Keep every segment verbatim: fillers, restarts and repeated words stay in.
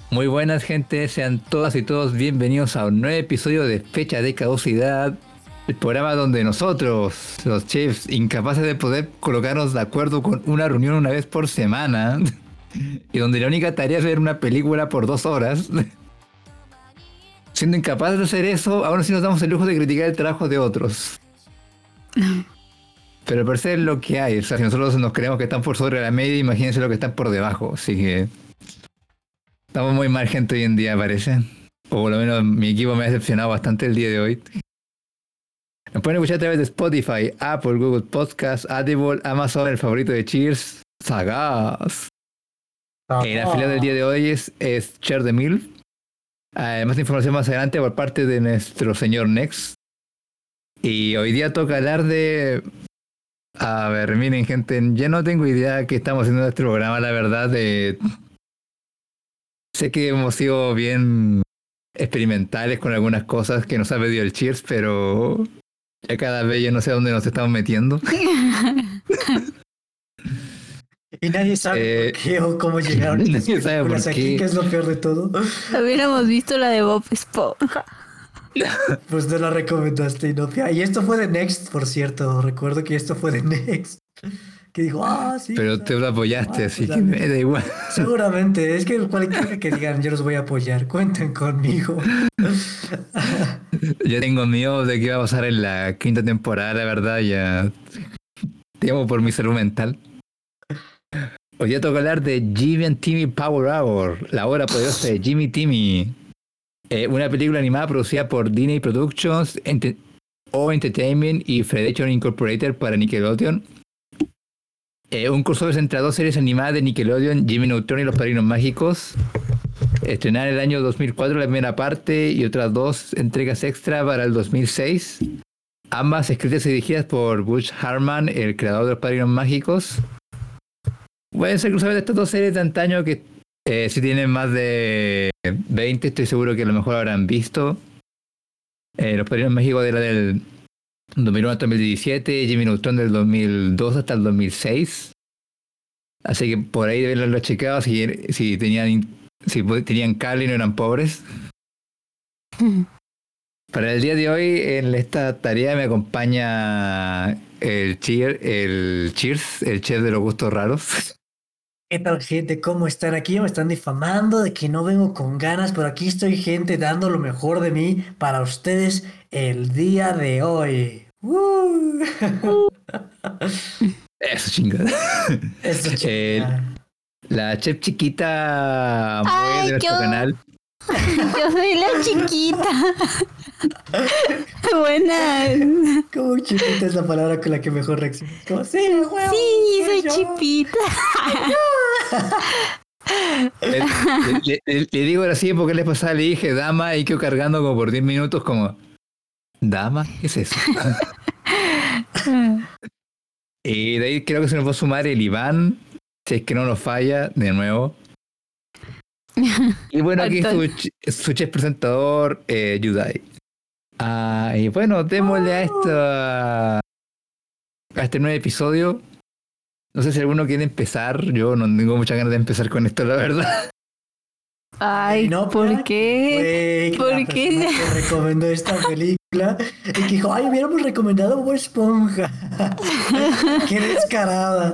Muy buenas, gente, sean todas y todos bienvenidos a un nuevo episodio de Fecha de Caducidad, el programa donde nosotros, los chefs, incapaces de poder colocarnos de acuerdo con una reunión una vez por semana, y donde la única tarea es ver una película por dos horas, siendo incapaces de hacer eso, aún así nos damos el lujo de criticar el trabajo de otros. Pero por ser lo que hay, o sea, si nosotros nos creemos que están por sobre la media, imagínense lo que están por debajo, así que... Estamos muy mal, gente, hoy en día, parece. O por lo menos mi equipo me ha decepcionado bastante el día de hoy. Nos pueden escuchar a través de Spotify, Apple, Google Podcasts, Audible, Amazon, el favorito de Cheers, Sagaz. Ah. Eh, la afiliada del día de hoy es, es Cher de Mil. Eh, más información más adelante por parte de nuestro señor Nex. Y hoy día toca hablar de... A ver, miren, gente, ya no tengo idea qué estamos haciendo en este programa, la verdad, de... Sé que hemos sido bien experimentales con algunas cosas que nos ha pedido el Cheers, pero ya cada vez yo no sé a dónde nos estamos metiendo. Y nadie sabe eh, por qué o cómo llegaron estas películas aquí, que es lo peor de todo. Hubiéramos visto la de Bob Esponja. Pues no la recomendaste, Inopia. Y esto fue de Next, por cierto. Recuerdo que esto fue de Next. Que dijo, ah, sí. Pero te lo apoyaste, ah, así pues que me da igual. Seguramente, es que cualquiera que digan, yo los voy a apoyar, cuenten conmigo. Yo tengo miedo de que va a pasar en la quinta temporada, la verdad, ya. Digamos por mi salud mental. Hoy día toca hablar de Jimmy and Timmy Power Hour, la hora poderosa de Jimmy Timmy. Eh, una película animada producida por Disney Productions Ent- o Entertainment y Federation Incorporated para Nickelodeon. Eh, un crossover entre dos series animadas de Nickelodeon, Jimmy Neutron y los Padrinos Mágicos. Estrenada en el año dos mil cuatro la primera parte y otras dos entregas extra para el dos mil seis. Ambas escritas y dirigidas por Butch Hartman, el creador de los Padrinos Mágicos. Pueden ser crossover de estas dos series de antaño que eh, si tienen más de veinte, estoy seguro que a lo mejor habrán visto. Eh, los Padrinos Mágicos de la del dos mil uno hasta dos mil diecisiete, Jimmy Neutron del dos mil dos hasta el dos mil seis. Así que por ahí deben haberlo checado si, si tenían si tenían cable y no eran pobres. Para el día de hoy, en esta tarea me acompaña el Cheer, el Cheers, el chef de los gustos raros. ¿Qué tal, gente? ¿Cómo están? Aquí me están difamando de que no vengo con ganas, pero aquí estoy, gente, dando lo mejor de mí para ustedes el día de hoy. ¡Uh! Eso chingada. Eso chingada. Eh, la chef chiquita Moe de nuestro yo, canal. Yo soy la chiquita. Buenas. ¿Cómo chiquita es la palabra con la que mejor reacciona? ¿Cómo? Sí, huevo, sí, soy yo. chipita. le, le, le, le digo así porque le pasaba, le dije dama y quedo cargando como por diez minutos como ¿dama? ¿Qué es eso? Y de ahí creo que se nos va a sumar el Iván, si es que no nos falla, de nuevo. Y bueno, aquí su, su chef presentador, eh, Yudai. Ah, y bueno, démosle a esto a, a este nuevo episodio. No sé si alguno quiere empezar. Yo no tengo muchas ganas de empezar con esto, la verdad. Ay, no, ¿por qué? ¿Por qué? Que recomendó esta película y que dijo, ay, hubiéramos recomendado Bob Esponja. Qué descarada.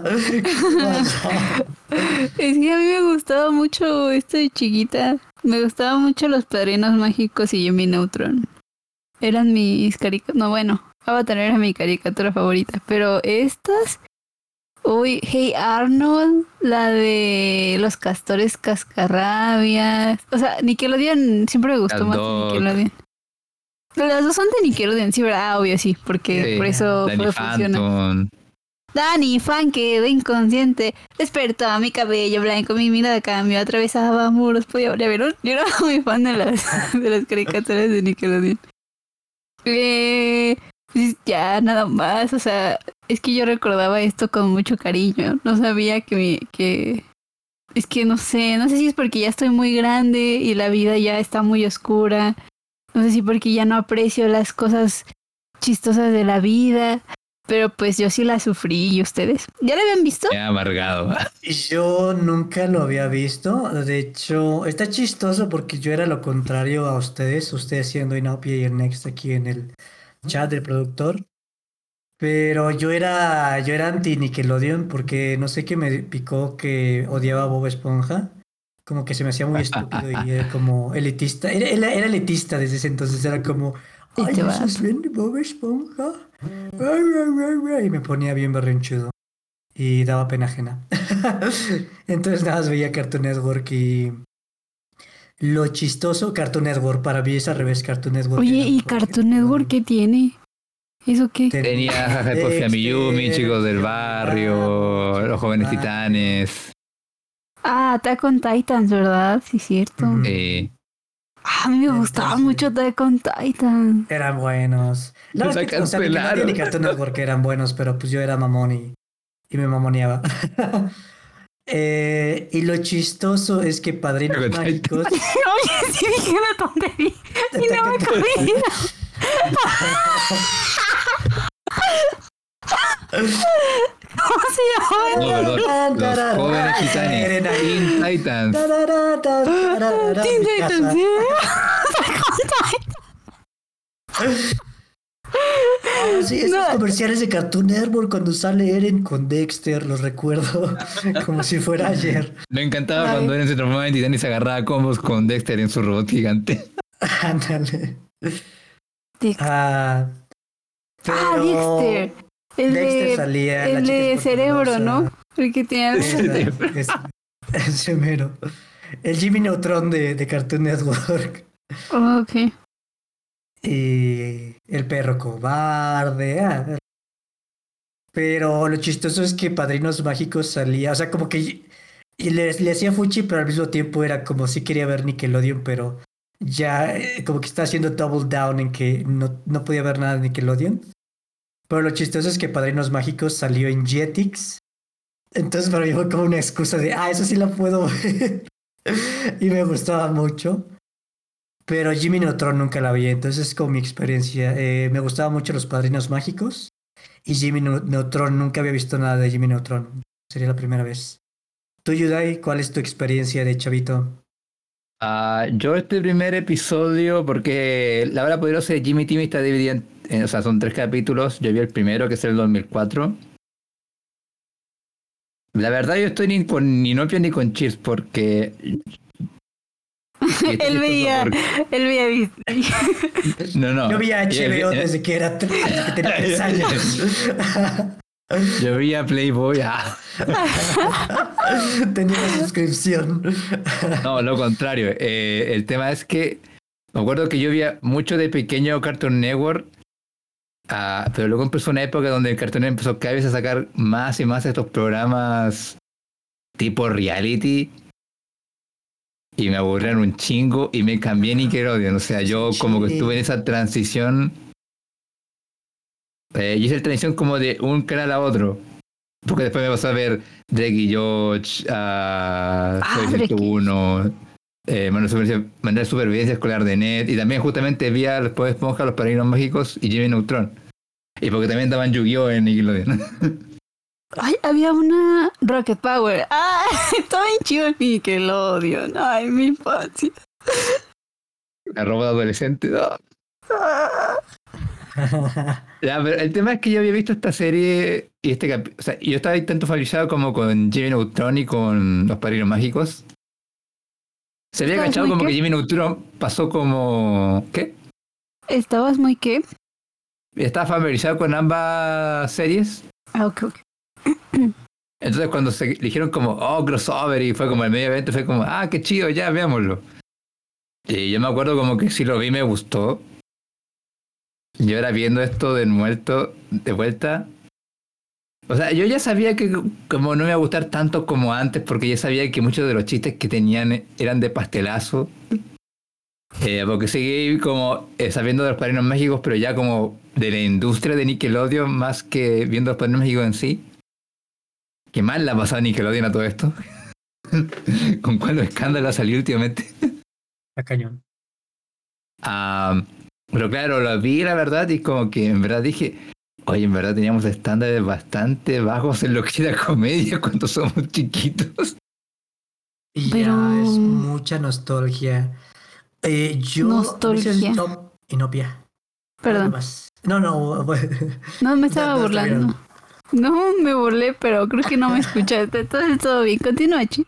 Es que a mí me gustaba mucho esto de chiquita. Me gustaban mucho los Padrinos Mágicos y Jimmy Neutron. Eran mis caricaturas. No, bueno, Avatar era mi caricatura favorita. Pero estas... Uy, Hey Arnold, la de los castores cascarrabias. O sea, Nickelodeon siempre me gustó más Nickelodeon. Las dos son de Nickelodeon, sí, ¿verdad? Ah, obvio, sí, porque sí, por eso Danny fue funcionar. Danny Fan quedó inconsciente. Despertaba mi cabello blanco, mi mirada cambió, atravesaba muros, podía ver. Yo era muy fan de las, de las caricaturas de Nickelodeon. Eh... Ya, nada más, o sea, es que yo recordaba esto con mucho cariño, no sabía que mi, que, es que no sé, no sé si es porque ya estoy muy grande y la vida ya está muy oscura, no sé si porque ya no aprecio las cosas chistosas de la vida, Pero pues yo sí la sufrí. ¿Y ustedes? ¿Ya la habían visto? Me ha amargado. Yo nunca lo había visto. De hecho, está chistoso porque yo era lo contrario a ustedes. Ustedes siendo Inopia y el Next aquí en el chat del productor. Pero yo era, yo era anti Nickelodeon porque no sé qué me picó que odiaba a Bob Esponja. Como que se me hacía muy estúpido y era como elitista. Era, era, era elitista desde ese entonces. Era como, ay, Este ¿eso es vato. bien de Bob Esponja? Ay, ay, ay, ay. Y me ponía bien berrinchudo. Y daba pena ajena. Entonces nada más veía Cartoon Network y lo chistoso, Cartoon Network, para mí es al revés, Cartoon Network Oye, era ¿y mejor que Cartoon Network qué tiene? ¿Eso qué? Tenía Tenía Jaja Coffee Amiyumi, Dexter, Chicos del Chicos del Barrio, Barrio, Los Chicos del Jóvenes Barrio. Titanes. Ah, Attack on Titans, ¿verdad? Sí, cierto. Ujú. Eh, Ah, a mí me gustaba Entonces, mucho Attack on Titan. eran buenos. La verdad la es que, o sea, Nickelodeon y cancelaron. Cartoon Network eran buenos, pero pues yo era mamón y, y me mamoneaba. Eh, y lo chistoso es que Padrinos Mágicos... Oye, sí dije una tontería. Y no Attack me on Titan. acordé. ¿Cómo se No, llama? perdón. Los Jóvenes Titanes. Eren ahí. Teen Titans. Tararara, tararara, Teen mi Titans, casa. ¿sí? Attack on Titan. Ah, sí, esos No. comerciales de Cartoon Network cuando sale Eren con Dexter, los recuerdo como si fuera ayer. Me encantaba Ay. cuando Eren se transformaba en titán y se agarraba a combos con Dexter en su robot gigante. Ándale. Dexter. Ah, Ah, pero Dexter. El Dexter de, salía, la el chica de cerebro, ¿no? superpoderosa. El que tiene el... Esa, es- ese mero. El Jimmy Neutron de, de Cartoon Network. Oh, ok. Y el perro cobarde. ah. Pero lo chistoso es que Padrinos Mágicos salía, o sea, como que y le, le hacía fuchi, pero al mismo tiempo era como si quería ver Nickelodeon, pero ya eh, como que está haciendo double down en que no, no podía ver nada de Nickelodeon. Pero lo chistoso es que Padrinos Mágicos salió en Jetix. Entonces para mí fue como una excusa de, ah, eso sí la puedo ver. Y me gustaba mucho. Pero Jimmy Neutron nunca la vi, entonces es como mi experiencia. Eh, me gustaban mucho los Padrinos Mágicos. Y Jimmy Neu- Neutron, nunca había visto nada de Jimmy Neutron. Sería la primera vez. Tú, Yudai, ¿cuál es tu experiencia de chavito? Ah, yo este primer episodio, porque la hora poderosa de Jimmy Timmy está dividida en, en- o sea, son tres capítulos. Yo vi el primero, que es el dos mil cuatro. La verdad yo estoy ni con ni Nopia ni con Cheers, porque... y está Él chistoso veía, porque- él veía visto. No, no. Yo vi a Yo H B O vi- desde que era tres, desde que tenía tres años. Yo vi a Playboy. ah. Tenía una suscripción. No, lo contrario. Eh, el tema es que me acuerdo que yo vi mucho de pequeño Cartoon Network, ah, pero luego empezó una época donde el Cartoon Network empezó cada vez a sacar más y más de estos programas tipo reality y me aburrieron un chingo y me cambié a Nickelodeon. O sea, yo como que estuve en esa transición. Eh, yo hice la transición como de un canal a otro. Porque después me pasó a ver Drake y George, a Ah, Soy Drake ciento y- uno, eh, Manual de Supervivencia, Manual de Supervivencia Escolar de Ned, y también justamente vi a los Bob Esponja, Los Padrinos Mágicos y Jimmy Neutron. Y porque también daban Yu-Gi-Oh! En Nickelodeon. Ay, había una Rocket Power. Ah, estaba bien chido el Nickelodeon. Ay, mi infancia. Arroba de adolescente. no. Ya, pero el tema es que yo había visto esta serie y este capi- o sea, yo estaba tanto familiarizado como con Jimmy Neutron y con Los Padrinos Mágicos. Se había ¿Estabas cachado muy como qué? que Jimmy Neutron pasó como... ¿Qué? ¿Estabas muy qué? Estaba familiarizado con ambas series. Ah, ok, ok. Entonces cuando se dijeron como, oh, crossover, y fue como el medio evento, fue como, ah, qué chido, ya, veámoslo. Y yo me acuerdo como que si lo vi me gustó. Yo era viendo esto de muerto, de vuelta. O sea, yo ya sabía que como no me iba a gustar tanto como antes, porque ya sabía que muchos de los chistes que tenían eran de pastelazo. Eh, porque seguí como eh, sabiendo de los Padrinos Mágicos, pero ya como de la industria de Nickelodeon, más que viendo los Padrinos Mágicos en sí. Qué mal la ha pasado Nickelodeon a todo esto. Con cuál escándalo ha salido últimamente. A cañón. Ah, pero claro, lo vi la verdad y como que en verdad dije, Oye, en verdad teníamos estándares bastante bajos en lo que era comedia cuando somos chiquitos. Y Pero- ya es mucha nostalgia. Eh, yo... Nostalgia. No, Inopia. Perdón. Más. No, no. bueno. No, me Ya, estaba no, está burlando. bien. No, me burlé, pero creo que no me escuchaste. Entonces todo bien. Continúa, chicos.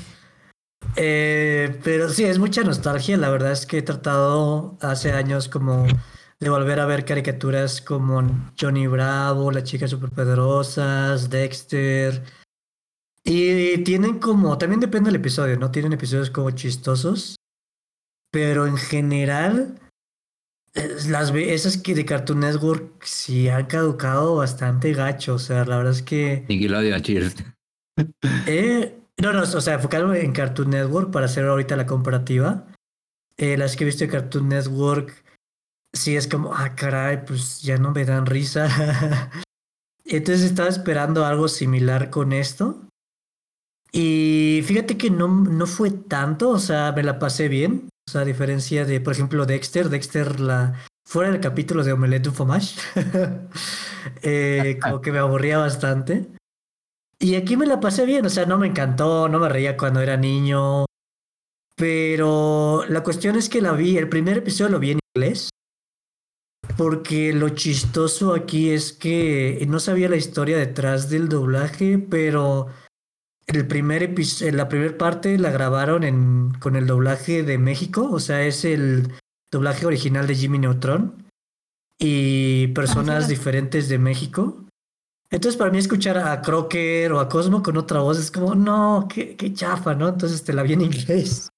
Eh, pero sí, es mucha nostalgia. La verdad es que he tratado hace años como de volver a ver caricaturas como Johnny Bravo, Las Chicas Superpoderosas, Dexter. Y tienen como, también depende del episodio, ¿no? Tienen episodios como chistosos, pero en general, eh, las ve- esas que de Cartoon Network sí han caducado bastante gacho. O sea, la verdad es que... Nickelodeon, cheers. Eh, no, no, o sea, enfocarme en Cartoon Network para hacer ahorita la comparativa. Eh, las que he visto de Cartoon Network, sí es como, ah, caray, pues ya no me dan risa. Entonces estaba esperando algo similar con esto. Y fíjate que no, no fue tanto, o sea, me la pasé bien. O sea, a diferencia de, por ejemplo, Dexter, Dexter, la, fuera del capítulo de Omelette du Fromage, eh, como que me aburría bastante. Y aquí me la pasé bien, o sea, no me encantó, no me reía cuando era niño, pero la cuestión es que la vi, el primer episodio lo vi en inglés, porque lo chistoso aquí es que no sabía la historia detrás del doblaje, pero el primer episodio, la primera parte la grabaron en, con el doblaje de México, o sea, es el doblaje original de Jimmy Neutron y personas Ah, sí. diferentes de México. Entonces, para mí escuchar a Crocker o a Cosmo con otra voz es como, no, qué, qué chafa, ¿no? Entonces te la vi en inglés.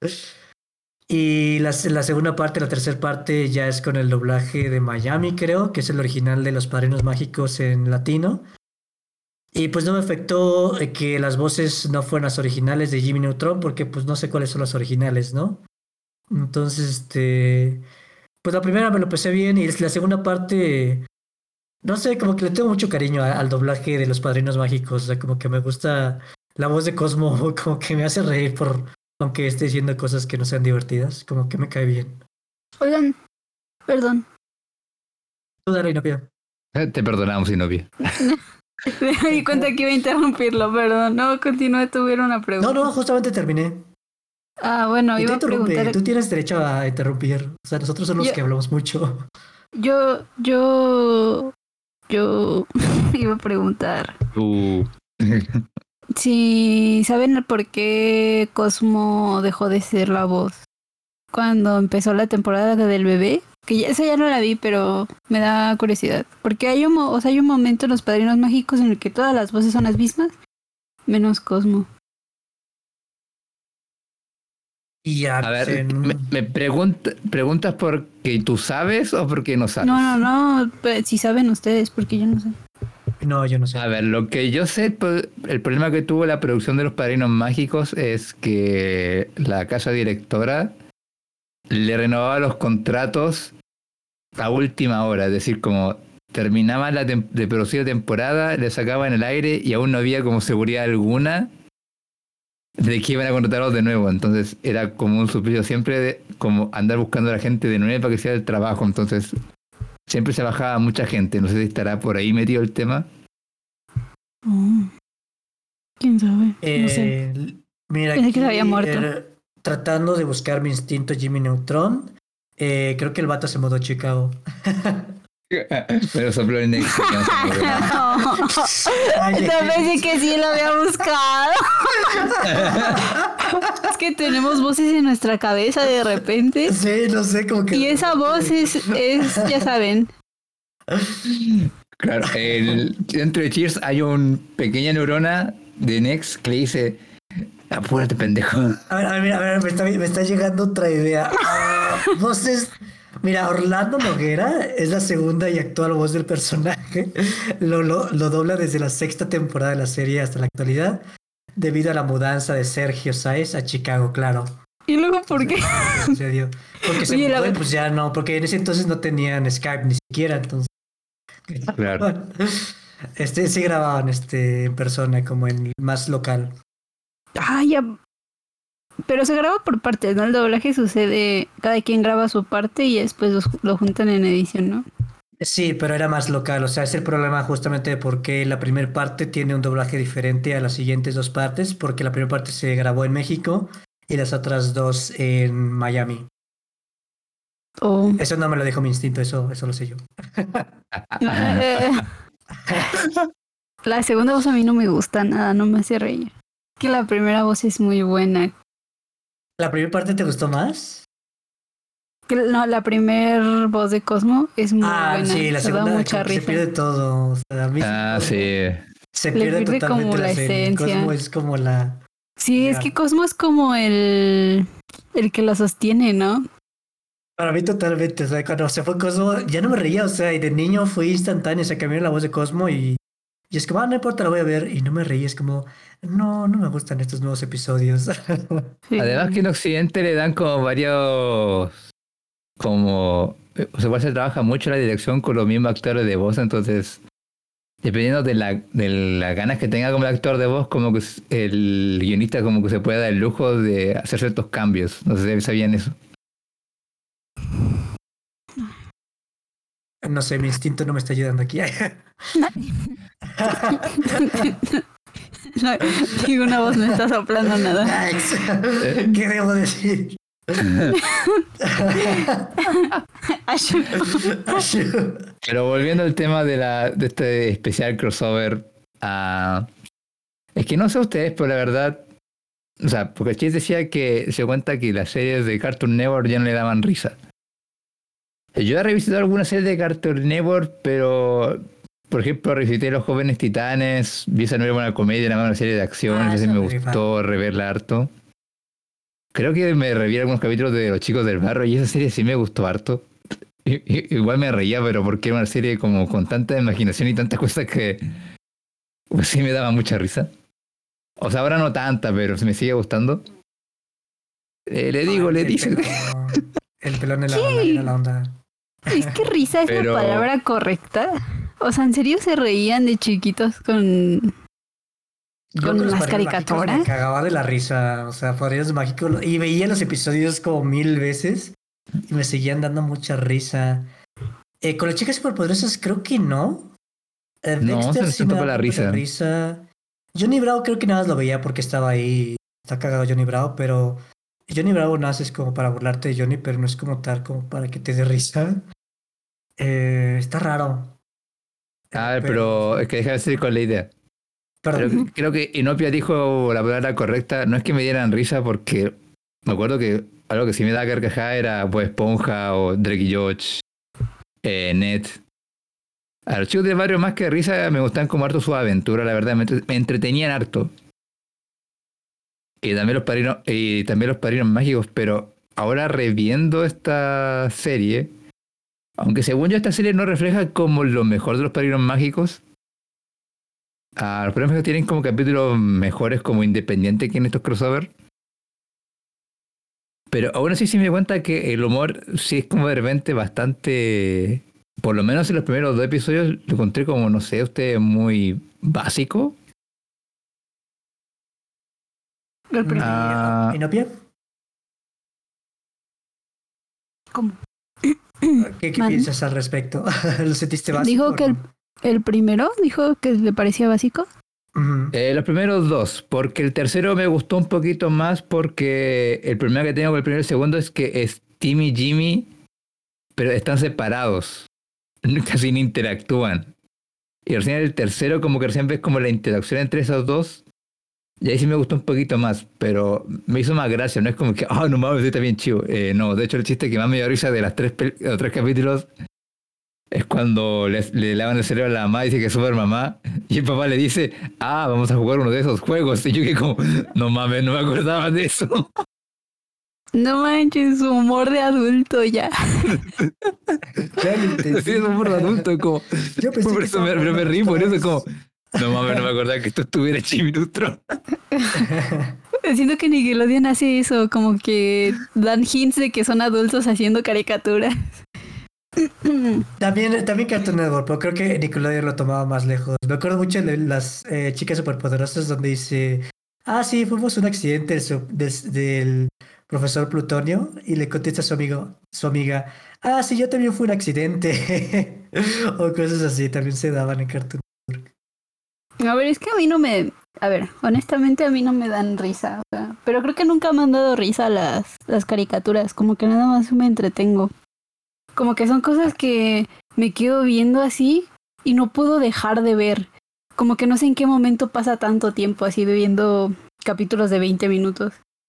Y la, la segunda parte, la tercera parte ya es con el doblaje de Miami, creo, que es el original de Los Padrinos Mágicos en latino. Y pues no me afectó eh, que las voces no fueran las originales de Jimmy Neutron, porque pues no sé cuáles son las originales, ¿no? Entonces, este, pues la primera me lo pasé bien y la segunda parte, no sé, como que le tengo mucho cariño a- al doblaje de Los Padrinos Mágicos, o sea, como que me gusta la voz de Cosmo, como que me hace reír por, aunque esté diciendo cosas que no sean divertidas, como que me cae bien. Oigan, perdón. Tú dale, Inopia. Te perdonamos, Inopia. Me di cuenta que iba a interrumpirlo, perdón. No, continúe, tuviera una pregunta. No, no, justamente terminé. Ah, bueno, Y te iba a interrumpe, preguntar. tú tienes derecho a interrumpir. O sea, nosotros somos los Yo- que hablamos mucho. Yo, yo, yo iba a preguntar Uh. si saben por qué Cosmo dejó de ser la voz cuando empezó la temporada del bebé. Que ya, esa ya no la vi, pero me da curiosidad. Porque hay un, mo- o sea, hay un momento en Los Padrinos Mágicos en el que todas las voces son las mismas, menos Cosmo. Y ya, A ver, en- me, me pregunta, ¿preguntas porque tú sabes o porque no sabes? No, no, no, pues, si saben ustedes, porque yo no sé. no, yo no sé. A ver, lo que yo sé, pues, el problema que tuvo la producción de Los Padrinos Mágicos es que la casa directora le renovaba los contratos a última hora, es decir, como terminaba la tem- de producir la temporada, le sacaban el aire y aún no había como seguridad alguna de que iban a contratarlos de nuevo. Entonces era como un suplicio siempre de como andar buscando a la gente de nuevo para que hiciera el trabajo. Entonces siempre se bajaba mucha gente. No sé si estará por ahí metido el tema. Oh, ¿quién sabe? No sé. Eh, Mira, Pensé que se aquí, había muerto. eh, tratando de buscar mi instinto Jimmy Neutron, eh, creo que el vato se mudó a Chicago. Pero sopló el Next. que no se me ocurrió nada. Ay, Yo pensé que sí lo había buscado. Es que tenemos voces en nuestra cabeza de repente. Sí, no sé, como que... Y esa voz es, es ya saben. Claro, el, dentro de Cheers hay un pequeña neurona de Next que le dice: apúrate, pendejo. A ver, a ver, a ver, me está, me está llegando otra idea. Ah, voces... Mira, Orlando Noguera es la segunda y actual voz del personaje. Lo, lo, lo dobla desde la sexta temporada de la serie hasta la actualidad, debido a la mudanza de Sergio Sáez a Chicago, claro. Y luego, ¿por qué? Sucedió. Porque se Oye, la mudó y ver- pues ya no, porque en ese entonces no tenían Skype ni siquiera, entonces. Claro. Este sí grababan este en persona, como en más local. Ah, ya. Pero se graba por partes, ¿no? El doblaje sucede, cada quien graba su parte y después los- lo juntan en edición, ¿no? Sí, pero era más local, o sea, es el problema justamente de por qué la primera parte tiene un doblaje diferente a las siguientes dos partes, porque la primera parte se grabó en México y las otras dos en Miami. O Eso no me lo dijo mi instinto, eso, eso lo sé yo. eh, la segunda voz a mí no me gusta nada, no me hace reír. Que la primera voz es muy buena. ¿La primera parte te gustó más? Que no, la primera voz de Cosmo es muy Ah, buena. sí, la Se da segunda mucha como que se risa. pierde todo. O sea, a mí Ah, Cosmo sí. se Le pierde pierde totalmente como la la serie. esencia. Cosmo es como la... Sí, es ya. que Cosmo es como el, el que la sostiene, ¿no? Para mí totalmente, o sea, cuando se fue Cosmo, ya no me reía, o sea, y de niño fue instantáneo, o sea, cambió la voz de Cosmo y, y es como, ah, no importa, la voy a ver, y no me reí, es como, no, no me gustan estos nuevos episodios. Además que Sí. en Occidente le dan como varios, como, eh, o sea, igual se trabaja mucho la dirección con los mismos actores de voz, entonces, dependiendo de la, de las ganas que tenga como el actor de voz, como que s- el guionista como que se puede dar el lujo de hacer ciertos cambios. No sé si sabían eso. No sé, mi instinto no me está ayudando aquí. No, ninguna voz me está soplando nada. Yikes. Eh, ¿Qué debo decir? Ashu. Pero volviendo al tema de la de este especial crossover, ah, es que no sé ustedes, pero la verdad, o sea, porque el Chis decía que se cuenta que las series de Cartoon Network ya no le daban risa. Yo he revisitado algunas series de Cartoon Network, pero por ejemplo revisité Los Jóvenes Titanes, vi esa nueva buena comedia, era una serie de acción, Ah, esa sí esa me me rifa. gustó reverla harto. Creo que me reví algunos capítulos de Los Chicos del Barro y esa serie sí me gustó harto. I- i- Igual me reía, pero porque era una serie como con tanta imaginación y tantas cosas que pues sí me daba mucha risa. O sea, ahora no tanta, pero si me sigue gustando. Eh, le Ah, digo, el, le el dice. pelón. El pelón era la, era ¿Qué? la onda. Es que risa es la Pero palabra correcta. O sea, ¿en serio se reían de chiquitos con, Yo con con los las padrinos mágicos me caricaturas? cagaba de la risa. O sea, padrinos mágicos. Y veía los episodios como mil veces y me seguían dando mucha risa. Eh, con las chicas superpoderosas creo que no. Eh, no, Dexter se sí me tanto da para un la poco de risa. risa. Johnny Bravo creo que nada más lo veía porque estaba ahí. Está cagado Johnny Bravo, pero Johnny Bravo naces como para burlarte de Johnny, pero no es como tal, como para que te dé risa. Eh, está raro, A eh, ver, pero pero es sí. que deja de seguir con la idea. Pero Perdón. creo que Inopia dijo la palabra correcta. No es que me dieran risa porque me acuerdo que algo que sí me daba carcajada era pues Esponja o Drake y George, eh, Ned. A los chicos del barrio más que risa me gustan como harto sus aventuras, la verdad, me, entre- me entretenían harto. Y también los padrinos, y también los padrinos mágicos, pero ahora reviendo esta serie, aunque según yo esta serie no refleja como lo mejor de los padrinos mágicos, ah, los padrinos mágicos tienen como capítulos mejores como independientes que en estos crossover. Pero aún así sí me di cuenta que el humor sí es como de repente bastante, por lo menos en los primeros dos episodios lo encontré como, no sé, usted muy básico. El Mm, primero. ¿Y ah, Ah, Inopia? ¿Cómo? ¿Qué, qué Man. piensas al respecto? ¿Lo sentiste básico Dijo o que el, no? el primero, dijo que le parecía básico. Ujú. eh, los primeros dos, porque el tercero me gustó un poquito más porque el problema que tengo con el primero y el segundo es que es Timmy y Jimmy, pero están separados, casi no interactúan. Y recién el tercero como que recién ves como la interacción entre esos dos. Y ahí sí me gustó un poquito más, pero me hizo más gracia, no es como que, oh, no mames, está bien chido. Eh, no, de hecho el chiste que más me dio risa de las tres, pel- de los tres capítulos es cuando le, le lavan el cerebro a la mamá y dice que es super mamá, y el papá le dice, ah, vamos a jugar uno de esos juegos. Y yo que como, no mames, no me acordaba de eso. No manches, su humor de adulto ya. Ya lo Así es un entendí. por adulto, como, Yo pensé por que eso estaba me, pero jugando me a reí los por eso, como, Toys. no mames, no me acordaba que esto estuviera Jimmy Neutron. Siento que Nickelodeon hace eso, como que dan hints de que son adultos haciendo caricaturas. También, también Cartoon Network, pero creo que Nickelodeon lo tomaba más lejos. Me acuerdo mucho de las eh, chicas superpoderosas donde dice, ah, sí, fuimos un accidente del, su- des- del profesor Plutonio y le contesta a su amigo, su amiga, ah, sí, yo también fui un accidente. O cosas así, también se daban en Cartoon. A ver, es que a mí no me... A ver, honestamente a mí no me dan risa. O sea, pero creo que nunca me han dado risa las, las caricaturas. Como que nada más me entretengo. Como que son cosas que me quedo viendo así y no puedo dejar de ver. Como que no sé en qué momento pasa tanto tiempo así viendo capítulos de veinte minutos.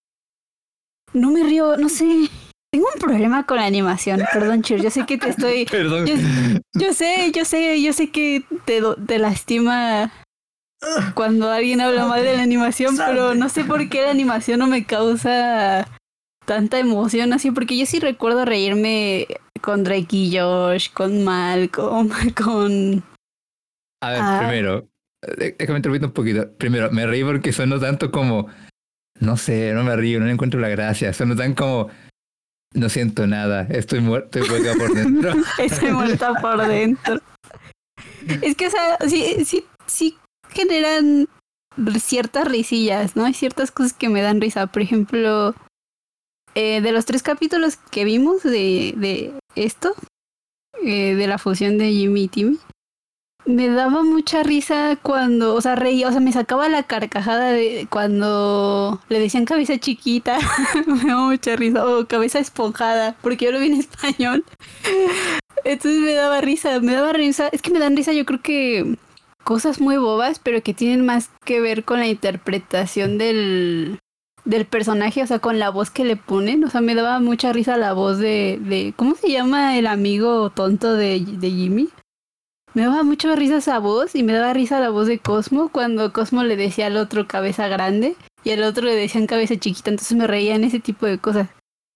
No me río, no sé. Tengo un problema con la animación. Perdón, Chir, yo sé que te estoy... Perdón. Yo, yo sé, yo sé, yo sé que te, do- te lastima cuando alguien habla mal de la animación, pero no sé por qué la animación no me causa tanta emoción así, porque yo sí recuerdo reírme con Drake y Josh, con Malcolm, con... A ver, Ah. primero, eh, déjame interrumpir un poquito. Primero, me reí porque sonó tanto como, no sé, no me río, no le encuentro la gracia. Sonó tan como, no siento nada, estoy muerto, estoy hueca por dentro. Estoy muerta por dentro. Es que, o sea, sí, sí, sí generan ciertas risillas, ¿no? Hay ciertas cosas que me dan risa. Por ejemplo, eh, de los tres capítulos que vimos de, de esto, eh, de la fusión de Jimmy y Timmy, me daba mucha risa cuando, o sea, reía, o sea, me sacaba la carcajada de cuando le decían cabeza chiquita, me daba mucha risa, o cabeza esponjada, porque yo lo vi en español. Entonces me daba risa, me daba risa, es que me dan risa yo creo que cosas muy bobas, pero que tienen más que ver con la interpretación del, del personaje, o sea, con la voz que le ponen, o sea, me daba mucha risa la voz de, de ¿cómo se llama el amigo tonto de, de Jimmy? Me daba mucha risa esa voz y me daba risa la voz de Cosmo cuando Cosmo le decía al otro cabeza grande y al otro le decían cabeza chiquita, entonces me reía en ese tipo de cosas.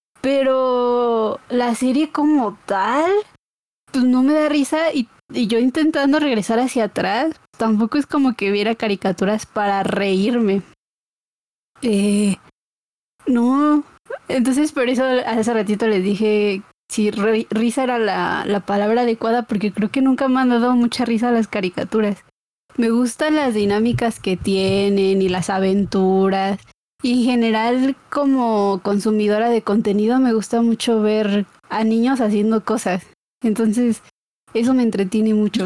Pero la serie como tal, pues no me da risa y, y yo intentando regresar hacia atrás, tampoco es como que viera caricaturas para reírme. Eh, no, entonces por eso hace ratito les dije si re- risa era la, la palabra adecuada, porque creo que nunca me han dado mucha risa las caricaturas. Me gustan las dinámicas que tienen y las aventuras. Y en general, como consumidora de contenido, me gusta mucho ver a niños haciendo cosas. Entonces, eso me entretiene mucho.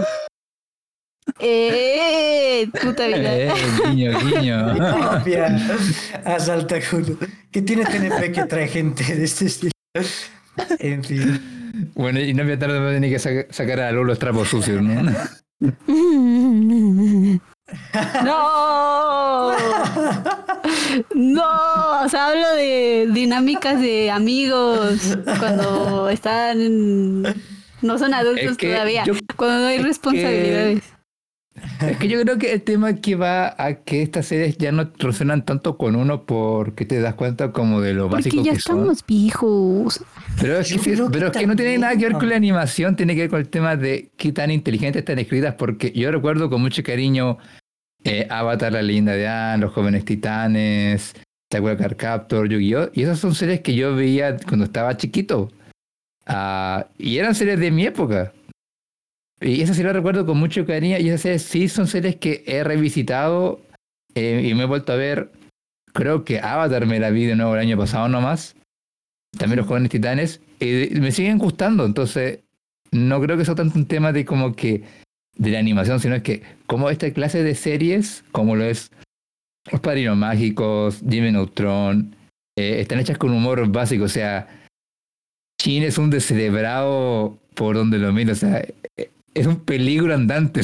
¡Eh! Puta vida. Eh, guiño, guiño. Obvia. Asalta culo. ¿Qué tiene T N P que trae gente de este estilo? En fin. Bueno, y no me tarde, me tener que saca- sacar a Lolo los trapos sucios, ¿no? ¡No! No, o sea, hablo de dinámicas de amigos cuando están, no son adultos Es que todavía, yo- cuando no hay es que- responsabilidades. Es que yo creo que el tema que va a que estas series ya no resuenan tanto con uno porque te das cuenta como de lo Porque básico ya que son. estamos viejos. Pero es Yo que, creo pero que es que no tiene nada que ver con la también. animación, tiene que ver con el tema de qué tan inteligentes están escritas, porque yo recuerdo con mucho cariño eh, Avatar, la leyenda de Aang, Los Jóvenes Titanes, Sakura Card Captor, Yu-Gi-Oh! Y esas son series que yo veía cuando estaba chiquito. Ah, y eran series de mi época. Y esas sí las recuerdo con mucho cariño, y esas series sí son series que he revisitado eh, y me he vuelto a ver. Creo que Avatar me la vi de nuevo el año pasado nomás. También Los Jóvenes Titanes. Y me siguen gustando, entonces no creo que sea tanto un tema de como que de la animación, sino es que como esta clase de series, como lo es Los Padrinos Mágicos, Jimmy Neutron, eh, están hechas con humor básico, o sea, Chin es un descerebrado por donde lo miro, o sea, eh, es un peligro andante.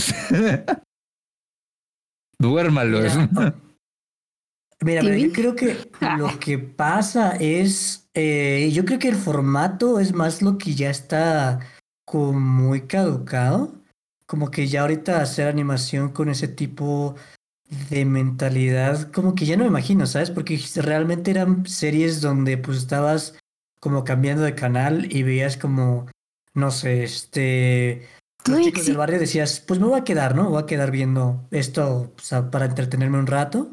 Duérmalo. Es Mira, un- mira, mira, ¿Timmy? yo creo que lo que pasa es, eh, yo creo que el formato es más lo que ya está como muy caducado, como que ya ahorita hacer animación con ese tipo de mentalidad, como que ya no me imagino, ¿sabes? Porque realmente eran series donde pues estabas como cambiando de canal y veías como, no sé, este, Tú los chicos del exi- barrio decías, pues me voy a quedar, ¿no? Voy a quedar viendo esto, o sea, para entretenerme un rato.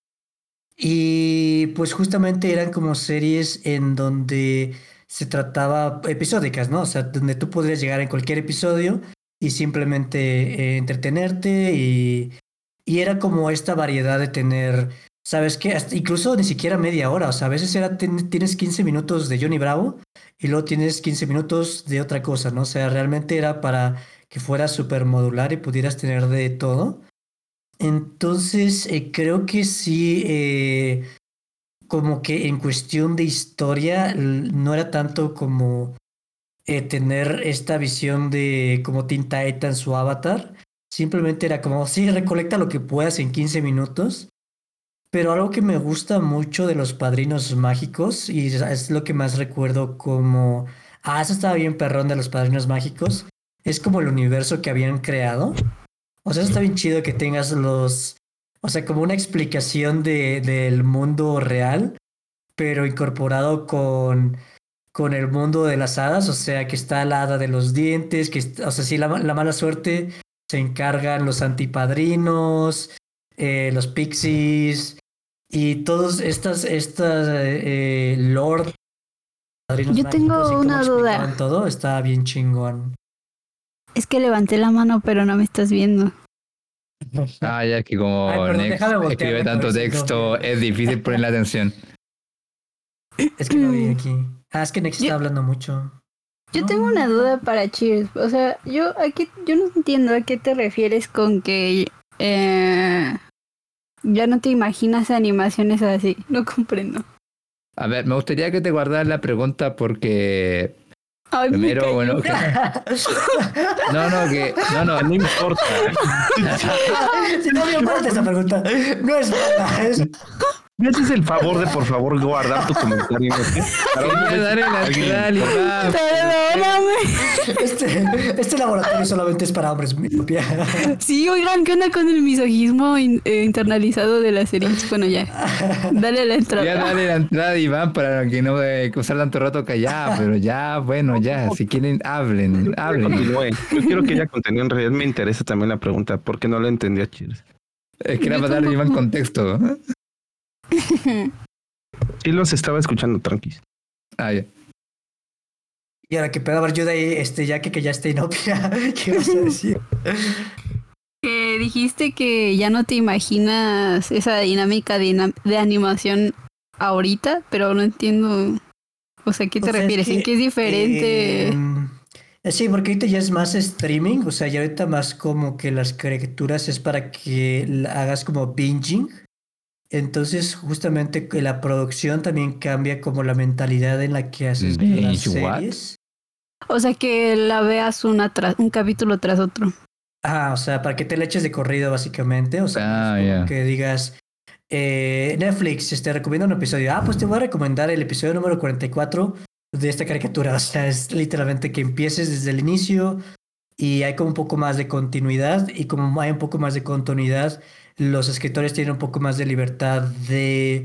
Y pues justamente eran como series en donde se trataba episódicas, ¿no? O sea, donde tú podrías llegar en cualquier episodio y simplemente eh, entretenerte y, y era como esta variedad de tener, ¿sabes qué? Hasta incluso ni siquiera media hora, o sea, a veces era ten- tienes quince minutos de Johnny Bravo y luego tienes quince minutos de otra cosa, ¿no? O sea, realmente era para que fuera súper modular y pudieras tener de todo. Entonces, eh, creo que sí, eh, como que en cuestión de historia, l- no era tanto como eh, tener esta visión de como Teen Titans su Avatar. Simplemente era como, sí, recolecta lo que puedas en quince minutos. Pero algo que me gusta mucho de los Padrinos Mágicos, y es es lo que más recuerdo como, ah, eso estaba bien perrón de los Padrinos Mágicos, es como el universo que habían creado. O sea, eso está bien chido que tengas los, o sea, como una explicación de, del mundo real, pero incorporado con, con el mundo de las hadas. O sea, que está la hada de los dientes, que, est- o sea, sí, la, ma- la mala suerte se encargan los antipadrinos, eh, los pixies y todos estas, estas eh, eh, lord padrinos Yo mágicos y tengo cómo una explicaban duda. todo, está bien chingón. Es que levanté la mano, pero no me estás viendo. Ah, ya que Ay, como perdón, Next déjame voltear escribe la tanto cabeza y no texto, veo. es difícil ponerle atención. Es que no vi aquí. Ah, es que Nex Yo, está hablando mucho. yo No, tengo no una veo. duda para Cheers. O sea, yo aquí yo no entiendo a qué te refieres con que eh, ya no te imaginas animaciones así. No comprendo. A ver, me gustaría que te guardaras la pregunta porque Ay, me primero, cayó. bueno, que... No, no, que... No, no, No importa. Si no me parte esa pregunta. No es mala, es ¿Me haces el favor de, por favor, guardar tu comentario? ¿No? Para un quería momento, darle la alguien entrada al importa. Iván. Perdóname. Este, este laboratorio solamente es para hombres. Miopía. Sí, oigan, ¿qué onda con el misogismo in- eh, internalizado de la serie? Bueno, ya. Dale la Quería entrada. darle la entrada a Iván para que no eh, usar tanto rato callado, pero ya, bueno, ya, si quieren, hablen, hablen. Continúe. Yo quiero que ella continúe. En realidad me interesa también la pregunta. ¿Por qué no lo entendía, Cheers? Es que era Yo para darle a Iván tampoco. contexto. Sí los estaba escuchando, tranquis. Ah, ya. Y ahora que pueda haber yo de ahí, este, ya que, que ya esté inopia, ¿qué vas a decir? Que dijiste que ya no te imaginas esa dinámica de, ina- de animación ahorita, pero no entiendo. O sea, ¿a qué te O sea, es refieres? ¿En que, qué es diferente? eh, sí, porque ahorita ya es más streaming, o sea, ya ahorita más como que las caricaturas es para que la hagas como binging. Entonces, justamente que la producción también cambia como la mentalidad en la que haces las Binge what? series. O sea, que la veas una tras, un capítulo tras otro. Ah, o sea, para que te le eches de corrido, básicamente. O sea, no Ah, es como ya. que digas, eh, Netflix, te recomienda un episodio. Ah, pues te voy a recomendar el episodio número cuarenta y cuatro de esta caricatura. O sea, es literalmente que empieces desde el inicio y hay como un poco más de continuidad. Y como hay un poco más de continuidad, los escritores tienen un poco más de libertad de,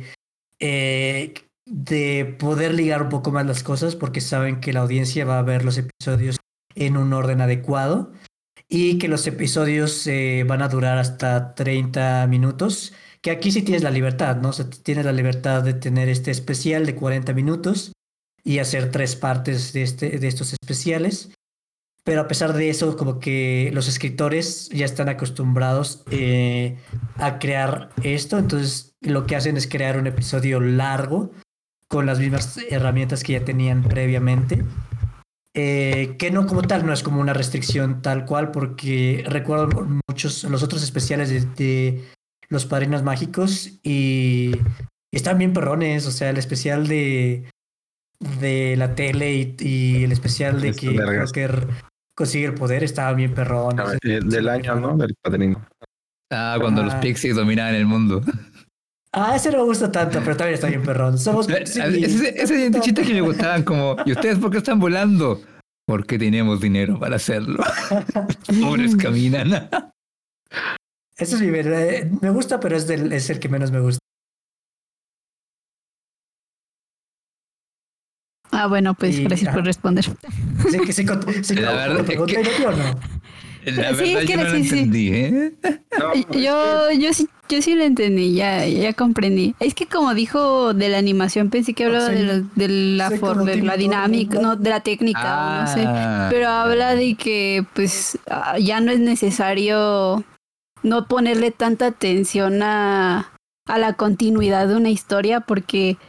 eh, de poder ligar un poco más las cosas porque saben que la audiencia va a ver los episodios en un orden adecuado y que los episodios eh, van a durar hasta treinta minutos, que aquí sí tienes la libertad, ¿no? O sea, tienes la libertad de tener este especial de cuarenta minutos y hacer tres partes de, este, de estos especiales. Pero a pesar de eso, como que los escritores ya están acostumbrados eh, a crear esto, entonces lo que hacen es crear un episodio largo con las mismas herramientas que ya tenían previamente. Eh, que no como tal, no es como una restricción tal cual, porque recuerdo muchos los otros especiales de, de Los Padrinos Mágicos y, y están bien perrones, o sea, el especial de, de la tele y, y el especial de Están que vergas. Crocker consigue el poder estaban bien perrones. A ver, eh, del año, ¿no? Del padrino. Ah, cuando los Ah. pixies dominaban el mundo. Ah, ese no me gusta tanto, pero también está bien perrón. Somos Ese, pixies. ese chistes que me gustaban como, ¿y ustedes por qué están volando? Porque tenemos dinero para hacerlo. Pobres caminan. Ese es mi verdad. Me gusta, pero es, del, es el que menos me gusta. Ah, bueno, pues Y- gracias por ajá. responder. Sí, que sí, con- sí, La con- verdad ¿lo es pregunté que- Inopia o no? La Sí, verdad es que yo no lo sí, sí. entendí, ¿eh? No, es que- Yo, yo sí, yo sí lo entendí, ya, ya comprendí. Es que como dijo de la animación, pensé que hablaba Sí. de, lo- de la Sí, for- como de la tipo, dinámica, ¿no? no, de la técnica, o no sé. Ah, Pero habla de que pues ah, ya no es necesario no ponerle tanta atención a, a la continuidad de una historia porque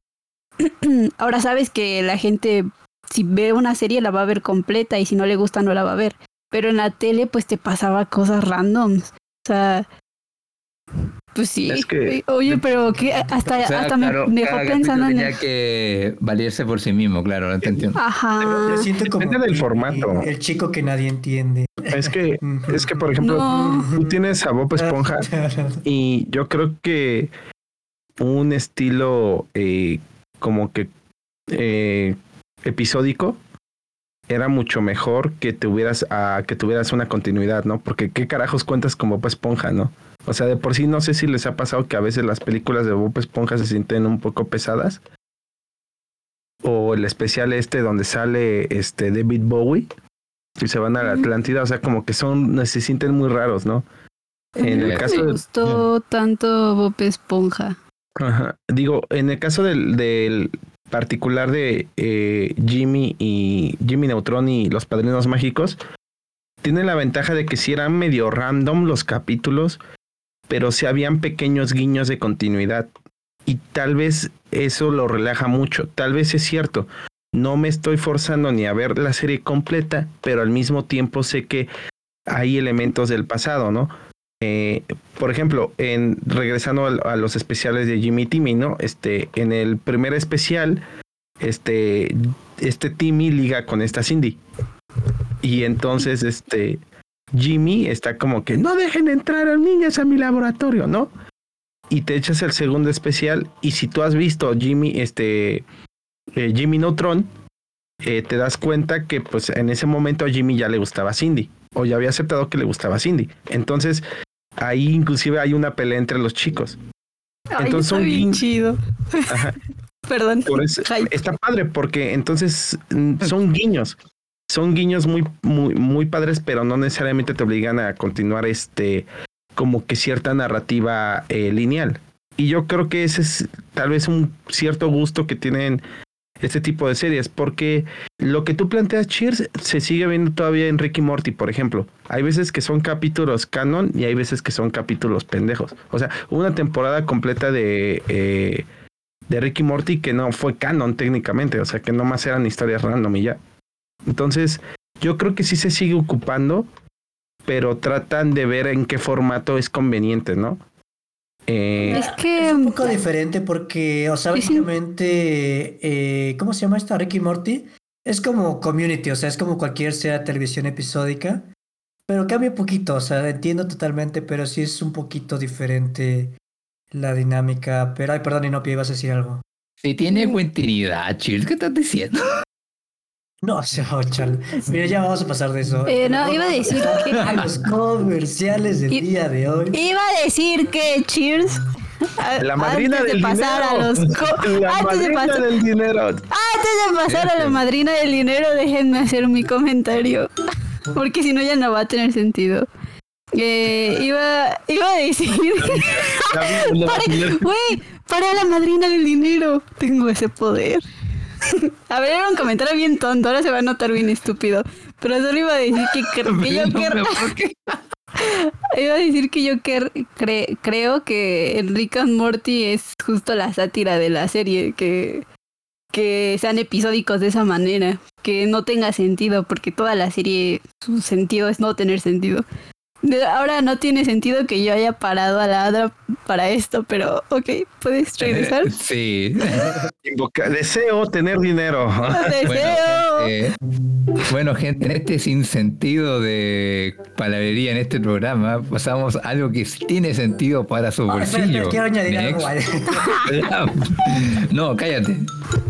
ahora sabes que la gente si ve una serie la va a ver completa y si no le gusta no la va a ver. pero en la tele pues te pasaba cosas randoms. O sea, pues sí. Es que- Oye, pero que hasta, O sea, hasta claro, me dejó cada pensando capítulo en tenía el... que valerse por sí mismo, claro, no te entiendo. Ajá. Yo siento como Depende del que formato. El chico que nadie entiende. Es que, es que, por ejemplo, No. tú tienes a Bob Esponja y yo creo que un estilo eh, como que eh, episódico era mucho mejor que tuvieras a que tuvieras una continuidad, ¿no? Porque qué carajos cuentas con Bob Esponja, ¿no? O sea, de por sí no sé si les ha pasado que a veces las películas de Bob Esponja se sienten un poco pesadas. O el especial este donde sale este David Bowie y se van a la Atlántida, o sea, como que son, se sienten muy raros, ¿no? En el No caso me de, gustó tanto Bob Esponja. ajá, digo, en el caso del, del particular de eh, Jimmy y Jimmy Neutron y los Padrinos Mágicos, tiene la ventaja de que sí eran medio random los capítulos, pero sí habían pequeños guiños de continuidad. Y tal vez eso lo relaja mucho. Tal vez es cierto. No me estoy forzando ni a ver la serie completa, pero al mismo tiempo sé que hay elementos del pasado, ¿no? Eh, por ejemplo, en regresando a, a los especiales de Jimmy y Timmy, ¿no? Este, en el primer especial, este, este Timmy liga con esta Cindy. Y entonces, este, Jimmy está como que no dejen entrar a niñas a mi laboratorio, ¿no? Y te echas el segundo especial y si tú has visto Jimmy, este, eh, Jimmy Neutron, eh, te das cuenta que pues en ese momento a Jimmy ya le gustaba Cindy o ya había aceptado que le gustaba Cindy. Entonces ahí inclusive hay una pelea entre los chicos. Ay, Entonces está son bien guiñ- chido. Ajá. Perdón. Por eso Hype. está padre porque entonces mm, son guiños. Son guiños muy, muy, muy padres, pero no necesariamente te obligan a continuar este como que cierta narrativa eh, lineal. Y yo creo que ese es tal vez un cierto gusto que tienen este tipo de series, porque lo que tú planteas, Cheers, se sigue viendo todavía en Rick y Morty, por ejemplo. Hay veces que son capítulos canon y hay veces que son capítulos pendejos. O sea, una temporada completa de, eh, de Rick y Morty que no fue canon técnicamente, o sea, que nomás eran historias random y ya. Entonces, yo creo que sí se sigue ocupando, pero tratan de ver en qué formato es conveniente, ¿no? Eh, Es que Es un poco diferente porque, o sea, Sí, sí. básicamente, eh, ¿cómo se llama esta? Ricky Morty. Es como Community, o sea, es como cualquier sea televisión episódica, pero cambia un poquito, o sea, entiendo totalmente, pero sí es un poquito diferente la dinámica. Pero, ay, perdón, Inopia, ibas a decir algo. Si tiene continuidad, Cheers, ¿qué estás diciendo? No, o sea, oh, chale. Mira, ya vamos a pasar de eso. Eh, no, Mejor iba a vamos decir pasar que- a los comerciales del I- día de hoy. iba a decir que Cheers. a- la madrina antes de del pasar dinero. a los co- la antes de madrina pasar del dinero. antes de pasar a la madrina del dinero, déjenme hacer mi comentario. Porque si no ya no va a tener sentido. Eh, iba, iba a decir. Pare- Güey, para la madrina del dinero. Tengo ese poder. A ver, era un comentario bien tonto. Ahora se va a notar bien estúpido. Pero solo iba a decir que, cre- que yo No, quer- pero ¿por qué? iba a decir que yo quer- cre- creo que el Rick and Morty es justo la sátira de la serie. Que, que sean episódicos de esa manera. Que no tenga sentido. Porque toda la serie, su sentido es no tener sentido. De- Ahora no tiene sentido que yo haya parado a la Adra para esto, pero ok, ¿puedes regresar? Sí. Invoca- deseo tener dinero. ¡Deseo! Eh, bueno, gente, en este sinsentido de palabrería en este programa, pasamos a algo que sí tiene sentido para su Ah, espera, espera, bolsillo. quiero añadir Next. algo. No, cállate.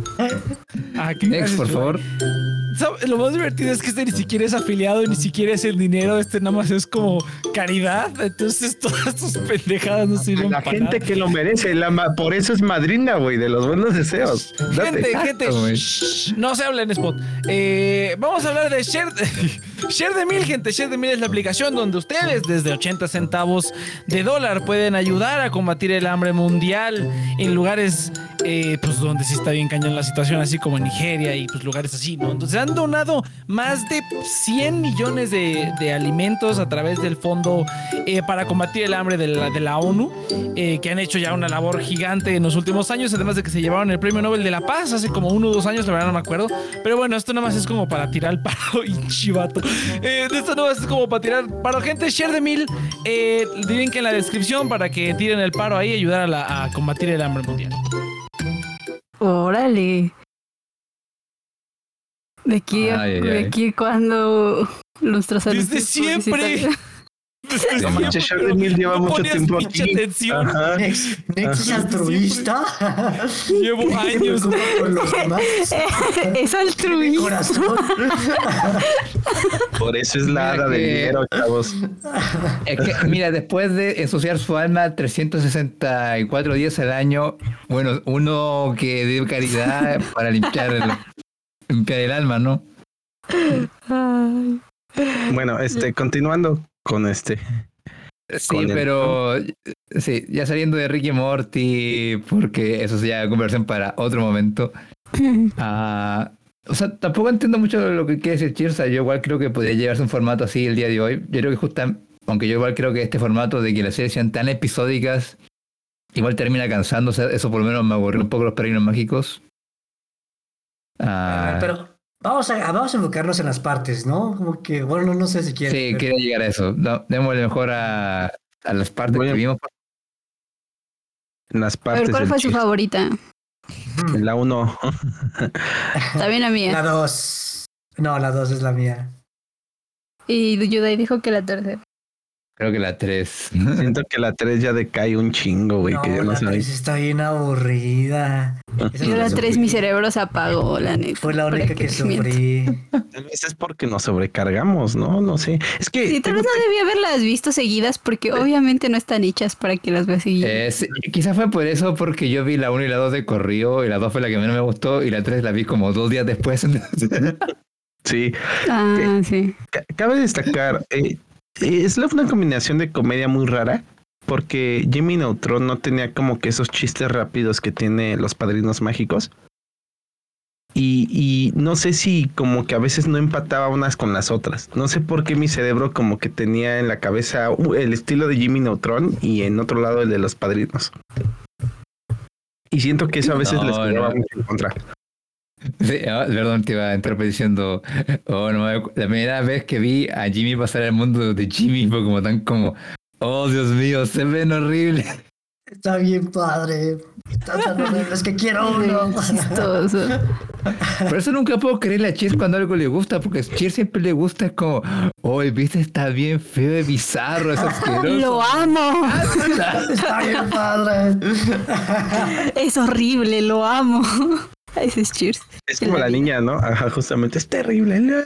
Ah, ¿qué Next, haces, por Joy? favor. ¿Sabes? Lo más divertido es que este ni siquiera es afiliado, ni siquiera es el dinero, este nada más es como caridad. Entonces todas tus pendejadas no sirven La para gente nada. que lo merece, la ma- por eso es madrina, güey, de los buenos deseos. Date. Gente, Exacto, gente, güey. shh, no se habla en spot. Eh, vamos a hablar de Share, Share de Mil, gente. Share de Mil es la aplicación donde ustedes desde ochenta centavos de dólar pueden ayudar a combatir el hambre mundial en lugares eh, pues donde sí está bien cañón la situación, así como en Nigeria y pues lugares así, ¿no? Entonces han donado más de cien millones de, de alimentos a través del fondo eh, para combatir el hambre de la, de la ONU, eh, que han hecho ya una labor gigante en los últimos años, además de que se llevaron el premio Nobel de la Paz hace como uno o dos años, la verdad no me acuerdo, pero bueno, esto nada más es como para tirar el paro y chivato. Eh, de esto no es como para tirar paro. Gente, share de mil. Eh, el link en la descripción para que tiren el paro ahí y ayudar a, la, a combatir el hambre mundial. Órale. De aquí, Ay, ay, de ay. aquí cuando nuestros Desde anuncios siempre. publicitarios. Desde No manches, siempre, Share de Mil lleva no mucho ponías tiempo pinche aquí. atención. Ajá. Nex, Nex es Ajá. altruista. Llevo Se años. preocupa por los demás. Es Tiene altruista. corazón. Por eso es la Mira hada del que- dinero, chavos. Es que, mira, después de ensuciar su alma trescientos sesenta y cuatro días al año, bueno, uno que dé caridad para limpiar el, limpiar el alma, ¿no? Ay. Bueno, este, continuando con este. Sí, Con el- pero sí, ya saliendo de Ricky y Morty, porque eso es ya conversación para otro momento. Ah, o sea, tampoco entiendo mucho lo que quiere decir Cheers. O sea, yo igual creo que podría llevarse un formato así el día de hoy. Yo creo que justamente, aunque yo igual creo que este formato de que las series sean tan episódicas, igual termina cansando. O sea, eso por lo menos me aburrió un poco los Padrinos Mágicos. Ah, Pero vamos a, vamos a enfocarnos en las partes, ¿no? Como que, bueno, no, no sé si quieres. sí, pero- quería llegar a eso. No, démosle mejor a, a las partes Voy a- que vimos. En las A partes ver, ¿cuál del fue su chiste. favorita? En la uno. También la La mía. dos. No, la dos es la mía. Y Yudai dijo que la tercera. Creo que la tres. Siento que la tres ya decae un chingo, güey, No, que ya no la sabe. tres está bien aburrida. Esa Yo fue la la tres sufrí. mi cerebro se apagó, la neta. Fue la ¿Para única qué que te miento? sufrí. Tal vez es porque nos sobrecargamos, ¿no? No sé. Es que Sí, tal vez tengo- no debía haberlas visto seguidas porque obviamente no están hechas para que las veas seguidas. Eh, sí, quizás fue por eso, porque yo vi la uno y la dos de corrido, y la dos fue la que menos me gustó, y la tres la vi como dos días después. sí. Ah, sí. Ca- Cabe destacar, eh, eh, es la- una combinación de comedia muy rara, porque Jimmy Neutron no tenía como que esos chistes rápidos que tiene los Padrinos Mágicos. Y, y no sé si como que a veces no empataba unas con las otras. No sé por qué mi cerebro como que tenía en la cabeza uh, el estilo de Jimmy Neutron y en otro lado el de los Padrinos. Y siento que eso a veces No, les jugaba no. mucho en contra. Sí, ah, perdón, te iba a interrumpir diciendo, oh, no, la primera vez que vi a Jimmy pasar al mundo de Jimmy fue como tan como, oh, Dios mío, se ven horribles. Está bien padre. Está tan horrible. Es que quiero uno. Chistoso. Por eso nunca puedo creerle a Cheers cuando algo le gusta, porque a Cheers siempre le gusta, es como, oh, viste, está bien feo y bizarro, es asqueroso. Lo amo. Está bien padre. Es horrible, lo amo. Ese es Cheers. Es como la niña, ¿no? Ajá, justamente, es terrible. ¿no?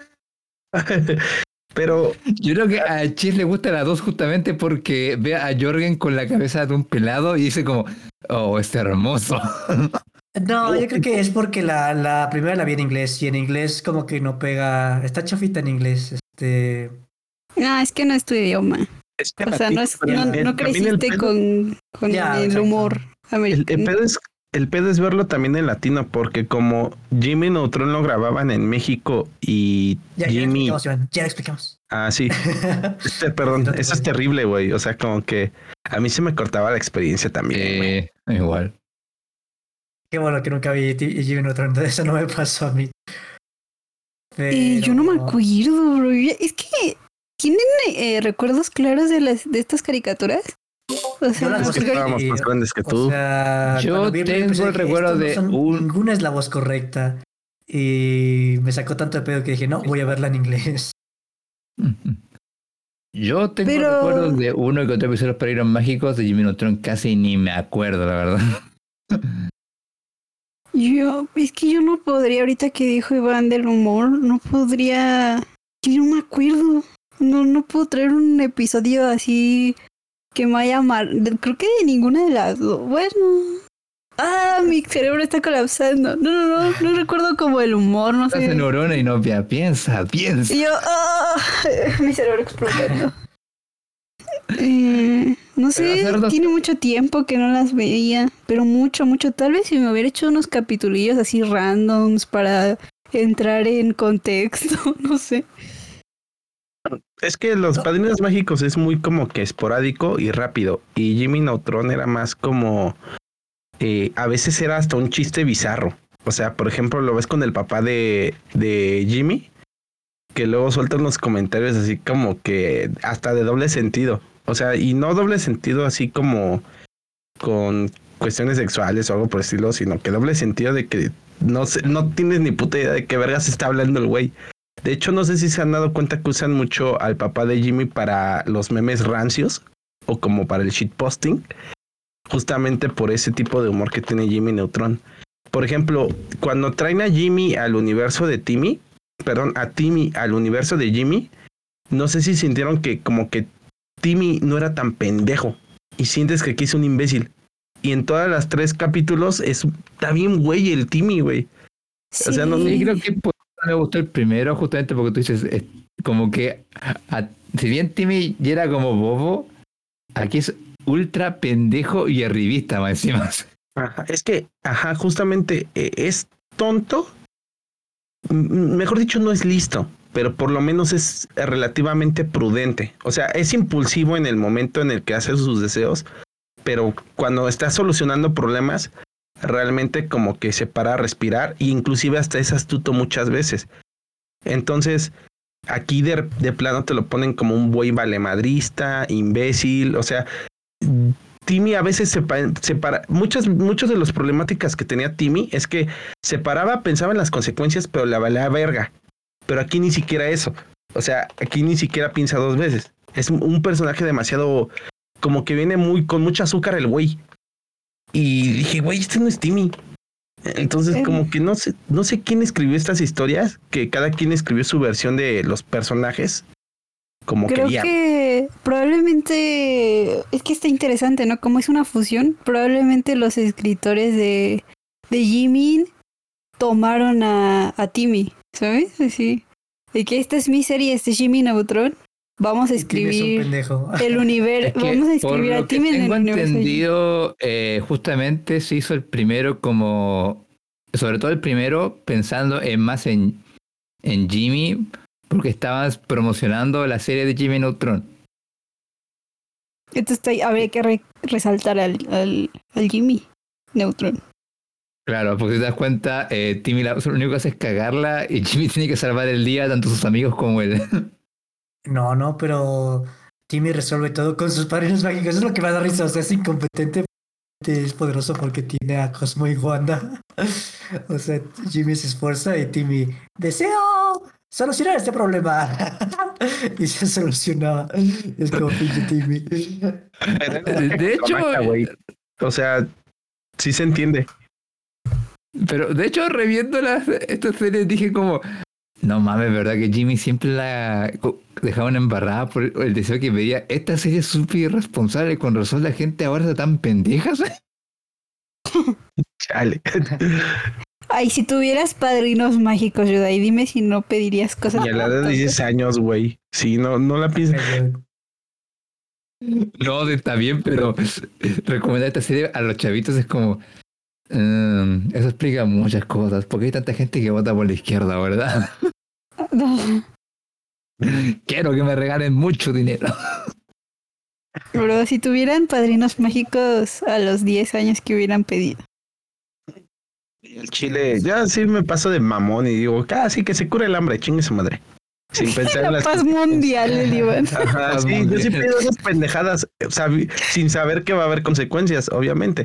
Pero Yo creo que a Cheers le gusta la dos justamente porque ve a Jorgen con la cabeza de un pelado y dice como, oh, es hermoso. No, yo creo que es porque la, la primera la vi en inglés y en inglés como que no pega. Está chafita en inglés. Este. No, es que no es tu idioma. es que O sea, no, es, pero no, el- no también el creciste pedo- con, con Ya, el exacto. humor El, el americano. pedo es, el pedo es verlo también en latino, porque como Jimmy Neutron lo grababan en México y Ya, ya lo Jimmy. explicamos, Iván. Ya lo explicamos. Ah, sí. Este, perdón, Sí, no te eso es preocupes. terrible, güey. O sea, como que a mí se me cortaba la experiencia también, güey. Eh, igual. Qué bueno que nunca vi T- Jimmy Neutron, entonces eso no me pasó a mí. Eh, yo no me Pero- acuerdo, bro. Es que tienen eh, recuerdos claros de las de estas caricaturas. O sea, las Es no que sé. estábamos más grandes que O tú. sea, Yo cuando vi, tengo pensé el que recuerdo esto no de son- un- Ninguna es la voz correcta. Y me sacó tanto de pedo que dije, no, voy a verla en inglés. Yo tengo Pero- recuerdos de uno que otro episodio de los Padrinos Mágicos de Jimmy Neutron, casi ni me acuerdo, la verdad. Yo, es que yo no podría, ahorita que dijo Iván del humor, no podría. Yo no me acuerdo. No, no puedo traer un episodio así que me haya mar... Creo que de ninguna de las dos. Bueno. Ah, mi cerebro está colapsando. No, no, no, no recuerdo como el humor, no Estás sé. en neurona y no pi- piensa, piensa. Y yo, ah, mi cerebro explotando. Eh, no sé, hacer dos- tiene mucho tiempo que no las veía, pero mucho, mucho. Tal vez si me hubiera hecho unos capitulillos así randoms para entrar en contexto, no sé. Es que los Padrinos Mágicos es muy como que esporádico y rápido. Y Jimmy Neutron era más como. eh, a veces era hasta un chiste bizarro. O sea, por ejemplo, lo ves con el papá de, de Jimmy. que luego suelta unos comentarios así como que hasta de doble sentido. O sea, y no doble sentido así como con cuestiones sexuales o algo por el estilo, sino que doble sentido de que no sé, no tienes ni puta idea de qué vergas está hablando el güey. De hecho, no sé si se han dado cuenta que usan mucho al papá de Jimmy para los memes rancios o como para el shitposting, justamente por ese tipo de humor que tiene Jimmy Neutron. Por ejemplo, cuando traen a Jimmy al universo de Timmy, perdón, a Timmy al universo de Jimmy, no sé si sintieron que como que Timmy no era tan pendejo y sientes que aquí es un imbécil. Y en todas las tres capítulos es, está bien güey el Timmy, güey. Sí. O sea, no, Sí, creo que por eso me gustó el primero, justamente porque tú dices, es como que, a- si bien Timmy ya era como bobo, aquí es ultra pendejo y arribista más encima. Ajá, es que, ajá, justamente eh, es tonto. M- Mejor dicho, no es listo, pero por lo menos es relativamente prudente. O sea, es impulsivo en el momento en el que hace sus deseos, pero cuando está solucionando problemas, realmente como que se para a respirar e inclusive hasta es astuto muchas veces. Entonces, aquí de, de plano te lo ponen como un buey valemadrista, imbécil, o sea, Timmy a veces se, pa- se para, muchas, muchas de las problemáticas que tenía Timmy es que se paraba, pensaba en las consecuencias, pero la valía verga. Pero aquí ni siquiera eso. O sea, aquí ni siquiera piensa dos veces. Es un, un personaje demasiado, como que viene muy, con mucha azúcar el güey. Y dije, güey, este no es Timmy. Entonces, Em. como que no sé, no sé quién escribió estas historias, que cada quien escribió su versión de los personajes, como Creo quería. que probablemente es que está interesante, ¿no? Como es una fusión, probablemente los escritores de, de Jimmy tomaron a, a Timmy, ¿sabes? Así. De que esta es mi serie, este es Jimmy Neutron. Vamos a Y Timmy es un escribir pendejo. el universo. Es que Vamos a por escribir a lo que Timmy en el tengo universo. de Jimmy. entendido, eh, justamente se hizo el primero como, sobre todo el primero, pensando en más en, en Jimmy, porque estabas promocionando la serie de Jimmy Neutron. Entonces está- habría que re- resaltar al, al, al Jimmy Neutron. Claro, porque si te das cuenta, eh, Timmy la- lo único que hace es cagarla y Jimmy tiene que salvar el día, tanto sus amigos como él. No, no, pero Timmy resuelve todo con sus padrinos mágicos. Eso es lo que me da risa. O sea, es incompetente, es poderoso porque tiene a Cosmo y Wanda. O sea, Jimmy se esfuerza y Timmy, deseo solucionar este problema. Y se solucionaba. Es como pinche Timmy. De hecho, Conecta, güey. O sea, sí se entiende. pero de hecho, reviendo las, estas series, dije como, no mames, ¿verdad? Que Jimmy siempre la co- dejaba una embarrada por el deseo que pedía. Esta serie es súper irresponsable, con razón la gente ahora está tan pendeja. Chale. Ay, si tuvieras padrinos mágicos, Yudai, dime si no pedirías cosas. Y a la edad de tan diez años, güey. Sí, no, no la piensas. No, está bien, pero recomendar esta serie a los chavitos es como, mm, eso explica muchas cosas. ¿Por qué hay tanta gente que vota por la izquierda, verdad? tontas. Quiero que me regalen mucho dinero. Bro, si tuvieran padrinos mágicos a los diez años que hubieran pedido. El chile, ya sí me paso de mamón y digo, casi que se cure el hambre, chingue su madre. Sin pensar en La las paz mundial, el Iván. Ajá, sí, yo sí pido esas pendejadas, sabi- sin saber que va a haber consecuencias, obviamente.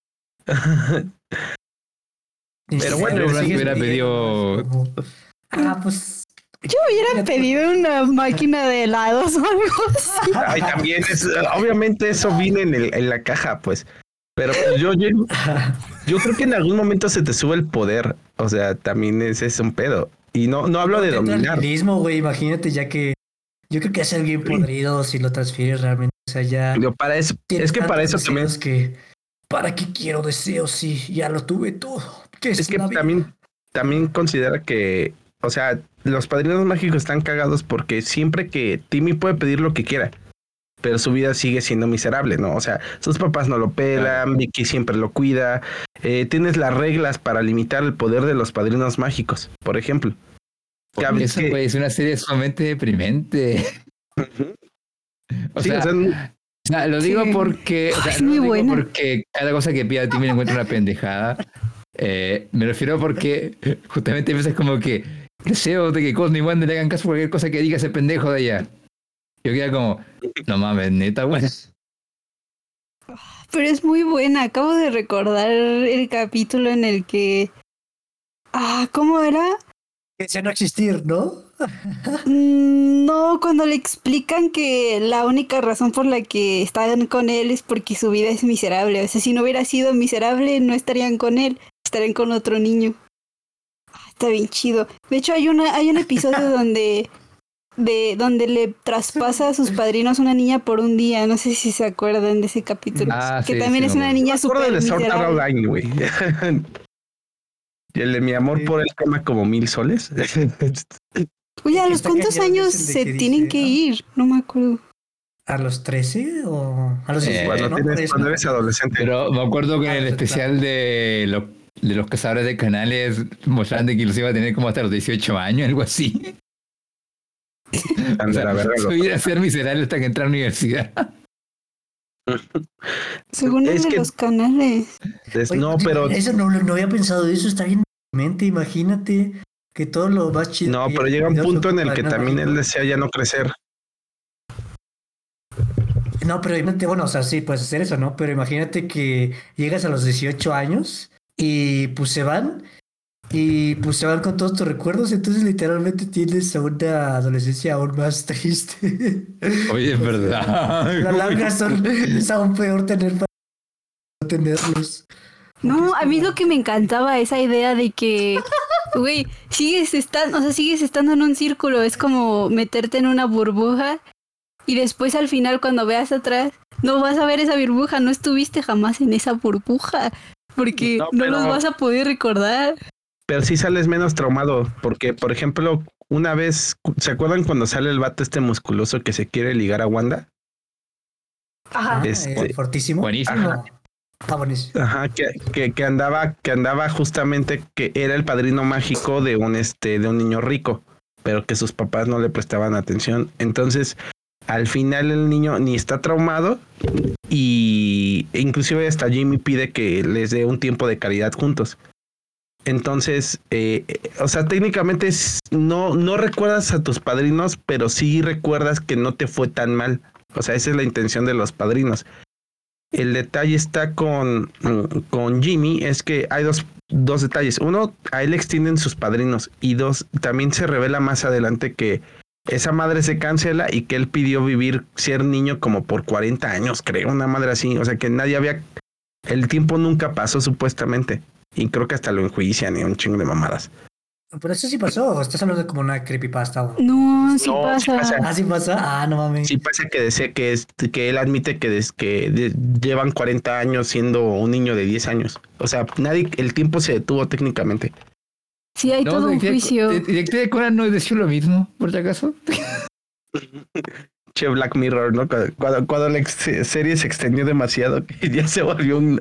Pero bueno, yo sigues hubiera pidiendo, pedido- es como, ah, pues. Yo hubiera pedido una máquina de helados o algo así. Ay, también es, obviamente eso viene en, el- en la caja, pues. Pero pues, yo, yo, yo creo que en algún momento se te sube el poder. O sea, también ese es un pedo. Y no, no hablo de Te entra el dominar. nihilismo, güey, imagínate, ya que. Yo creo que es el bien podrido si lo transfieres realmente. O sea, ya. Yo para eso, tiene es que para eso tantos también, deseos que. ¿Para qué quiero deseos si ya lo tuve todo? ¿Qué es, es que la vida? también, también considera que, o sea, los padrinos mágicos están cagados porque siempre que Timmy puede pedir lo que quiera, pero su vida sigue siendo miserable, ¿no? O sea, sus papás no lo pelan, Vicky siempre lo cuida, eh, tienes las reglas para limitar el poder de los padrinos mágicos, por ejemplo. Que a veces Eso que- pues, es una serie sumamente deprimente. Ujú. O Sí, sea, o sea, o sea, lo digo Sí. porque, o sea, Es no muy lo digo buena. porque cada cosa que pida Timmy le encuentra una pendejada. Eh, me refiero porque justamente a veces como que deseo de que Cosmo y Wanda le hagan caso por cualquier cosa que diga ese pendejo de allá. Yo quedé como, no mames, neta, güey. Pero es muy buena. Acabo de recordar el capítulo en el que... Ah, ¿cómo era? Que sea no existir, ¿no? Mm, No, cuando le explican que la única razón por la que están con él es porque su vida es miserable. O sea, si no hubiera sido miserable, no estarían con él, estarían con otro niño. Ah, está bien chido. De hecho, hay una, hay un episodio donde, de, donde le traspasa a sus padrinos una niña por un día. No sé si se acuerdan de ese capítulo. Ah, que sí, también sí, es me una acuerdo. niña Me acuerdo súper de Sword Art miserable. Online, güey. Y el de mi amor Sí. por él toma como mil soles. Oye, ¿a El que los está cuántos cañón años es el de se que tienen dice, que ¿no? ir? No me acuerdo. ¿A los trece o a los Eh, dieciocho? Cuando, ¿no? tienes, Por eso. cuando eres adolescente. Pero me acuerdo que en Ah, el pues, especial de, lo- de los cazadores de canales mostraban de que los iba a tener como hasta los dieciocho años, algo así. Tan O de sea, la verga, su loco. vida a ser miserable hasta que entra a la universidad. Según el Es de que los canales. des- Oye, no, ¿te pero imaginas? Eso no, no había pensado, eso está bien en mi mente, imagínate que todo lo más chido no, que pero haya llega un vivido fue punto con en el que Padrinos también él Mágicos. desea ya no crecer. No, pero imagínate, bueno, o sea, sí, puedes hacer eso, ¿no? Pero imagínate que llegas a los dieciocho años y pues se van y pues se van con todos tus recuerdos, entonces literalmente tienes a una adolescencia aún más triste. Oye, es O sea, verdad. a la larga son, es aún peor tener para no tenerlos. Porque No, es a mí como- lo que me encantaba esa idea de que, güey, sigues estando, o sea, sigues estando en un círculo, es como meterte en una burbuja y después al final cuando veas atrás, no vas a ver esa burbuja, no estuviste jamás en esa burbuja, porque No, no los pero- vas a poder recordar. Pero sí sales menos traumado. Porque, por ejemplo, una vez, ¿se acuerdan cuando sale el vato este musculoso que se quiere ligar a Wanda? Ah, Este- eh, fortísimo. Buenísimo. Ajá. Ah, buenísimo. Ajá, que, que, que andaba, que andaba justamente, que era el padrino mágico de un este, de un niño rico, pero que sus papás no le prestaban atención. Entonces, al final el niño ni está traumado, y e inclusive hasta Jimmy pide que les dé un tiempo de calidad juntos. Entonces, eh, o sea, técnicamente es- no, no recuerdas a tus padrinos, pero sí recuerdas que no te fue tan mal. O sea, esa es la intención de los padrinos. El detalle está con, con Jimmy, es que hay dos, dos detalles. Uno, a él le extienden sus padrinos. Y dos, también se revela más adelante que esa madre se cancela y que él pidió vivir, ser niño como por cuarenta años, creo, una madre así. O sea, que nadie había... El tiempo nunca pasó supuestamente. Y creo que hasta lo enjuician y un chingo de mamadas. Pero eso sí pasó, estás hablando de como una creepypasta. ¿O? No, sí No, sí pasa. pasa. Ah, sí pasa. Ah, no mames. Sí pasa que desea que, es, que él admite que, des, que de, llevan cuarenta años siendo un niño de diez años. O sea, nadie, el tiempo se detuvo técnicamente. Sí, hay todo un Detective- juicio. de- Detective Conan no decía lo mismo, por si acaso. Che, Black Mirror, ¿no? Cuando, cuando, cuando la ex serie se extendió demasiado, que ya se volvió un...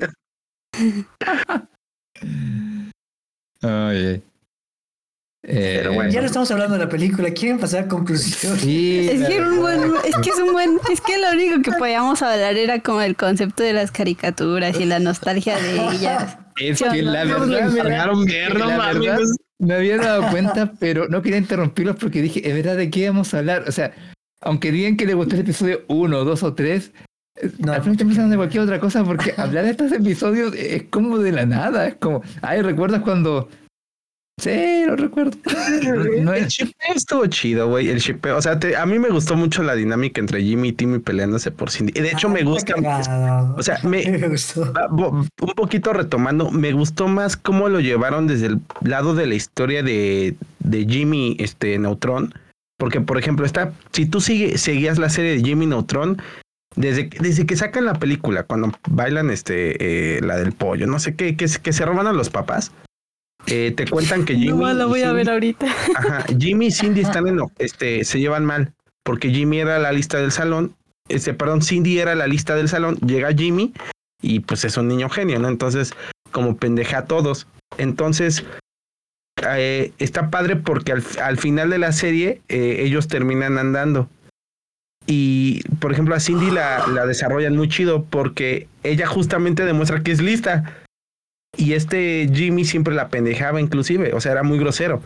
Oye. Eh, Pero bueno. Ya no estamos hablando de la película, quieren pasar a conclusión. Sí, Es la que, era un verdad. buen, es que es un buen, es que lo único que podíamos hablar era como el concepto de las caricaturas y la nostalgia de ellas. Es Sí, que la no, verdad, no, me- Pagaron ver, no la mames. verdad, me había dado cuenta, pero no quería interrumpirlos porque dije, ¿es verdad de qué vamos a hablar? O sea, aunque digan que les gustó el episodio uno, dos o tres, No. al final te piensan de cualquier otra cosa porque hablar de estos episodios es como de la nada. Es como, ay, ¿recuerdas cuando...? Sí, lo recuerdo. No El es... shipeo estuvo chido, güey. El shipeo, o sea, te, a mí me gustó mucho la dinámica entre Jimmy y Timmy peleándose por Cindy. De hecho, Ah, me está gusta. cagado. O sea, me- me gustó. Ah, bo- Un poquito retomando, me gustó más cómo lo llevaron desde el lado de la historia de, de Jimmy este, Neutron. Porque, por ejemplo, está, si tú sigue, seguías la serie de Jimmy Neutron, desde, que- desde que sacan la película, cuando bailan este, eh, la del pollo, no sé qué, que, que se roban a los papás, eh, te cuentan que Jimmy. No, lo y voy a Cindy- ver ahorita. Ajá, Jimmy y Cindy están en lo, este, se llevan mal, porque Jimmy era la lista del salón, este, perdón, Cindy era la lista del salón, llega Jimmy y pues es un niño genio, ¿no? Entonces, como pendeja a todos. Entonces, eh, está padre porque al, al final de la serie eh, ellos terminan andando. Y, por ejemplo, a Cindy la, la desarrollan muy chido porque ella justamente demuestra que es lista. Y este Jimmy siempre la pendejaba inclusive, o sea, era muy grosero.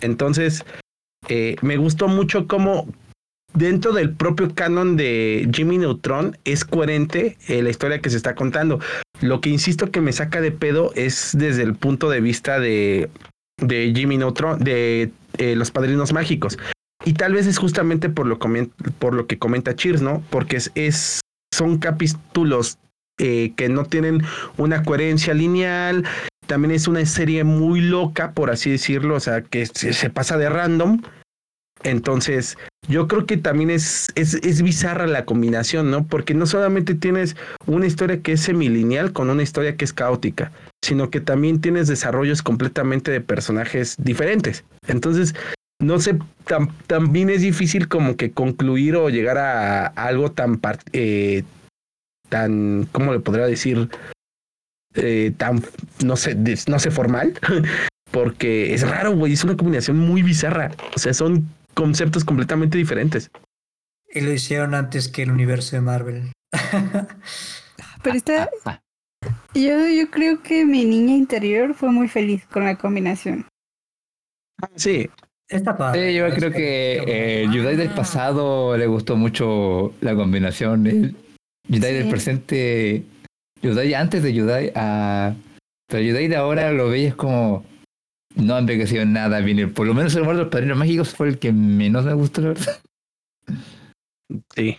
Entonces, eh, me gustó mucho cómo dentro del propio canon de Jimmy Neutron es coherente eh, la historia que se está contando. Lo que insisto que me saca de pedo es desde el punto de vista de, de Jimmy Neutron, de eh, los Padrinos Mágicos. Y tal vez es justamente por lo, coment- por lo que comenta Cheers, ¿no? Porque es, es son capítulos eh, que no tienen una coherencia lineal. También es una serie muy loca, por así decirlo, o sea, que se, se pasa de random. Entonces, yo creo que también es, es, es bizarra la combinación, ¿no? Porque no solamente tienes una historia que es semilineal con una historia que es caótica, sino que también tienes desarrollos completamente de personajes diferentes. Entonces, no sé, tam, también es difícil como que concluir o llegar a, a algo tan, part, eh, tan, ¿cómo le podría decir? Eh, tan, no sé, no sé, formal, porque es raro, güey, es una combinación muy bizarra. O sea, son conceptos completamente diferentes. Y lo hicieron antes que el universo de Marvel. Pero está... Yo, yo creo que mi niña interior fue muy feliz con la combinación. Sí. Está padre. Sí, yo creo que eh, el Yudai del pasado le gustó mucho la combinación. El Yudai Sí. del presente, Yudai antes de Yudai a... Pero Yudai de ahora lo veis como... No ha envejecido en nada bien. Por lo menos el humor de los Padrinos Mágicos fue el que menos me gustó, la verdad. Sí.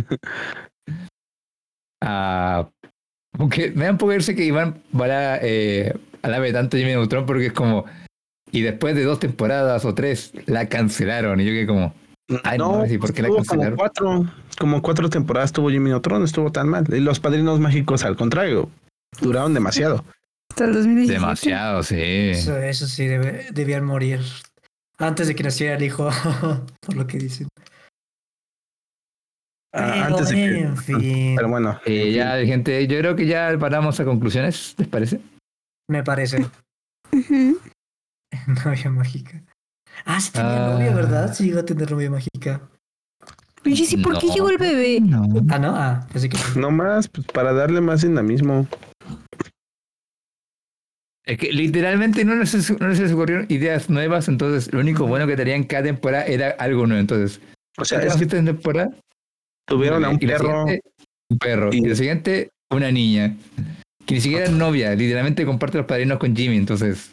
Ah, aunque me da un poco de irse que Iván para eh, alabe tanto Jimmy Neutron porque es como... Y después de dos temporadas o tres, la cancelaron. Y yo que como... Ay, no, No, ¿y por qué la estuvo cancelaron? como cuatro, como cuatro temporadas tuvo Jimmy Neutron, no estuvo tan mal. Y los Padrinos Mágicos, al contrario, duraron demasiado. Hasta el dos mil diecisiete. Demasiado, sí. Eso, eso sí, debe, debían morir antes de que naciera el hijo, por lo que dicen. Ah, Pero, antes de que, en fin, pero bueno, Eh, en fin. ya, gente, yo creo que ya paramos a conclusiones, ¿les parece? me parece. Ujú. Novia mágica. Ah, sí tenía Ah. novia, ¿verdad? Sí, iba a tener novia mágica. Oye, sí, ¿por qué No. llegó el bebé? No. Ah, ¿no? Ah, pensé que sí. No más, pues para darle más dinamismo. Es que literalmente no les, no les ocurrieron ideas nuevas, entonces lo único bueno que tenían cada temporada era algo nuevo. Entonces, O sea, ¿qué es que esta temporada? tuvieron a un Y la perro. siguiente, un perro. y- Y la siguiente, una niña. Que ni siquiera es novia, literalmente comparte los padrinos con Jimmy, entonces.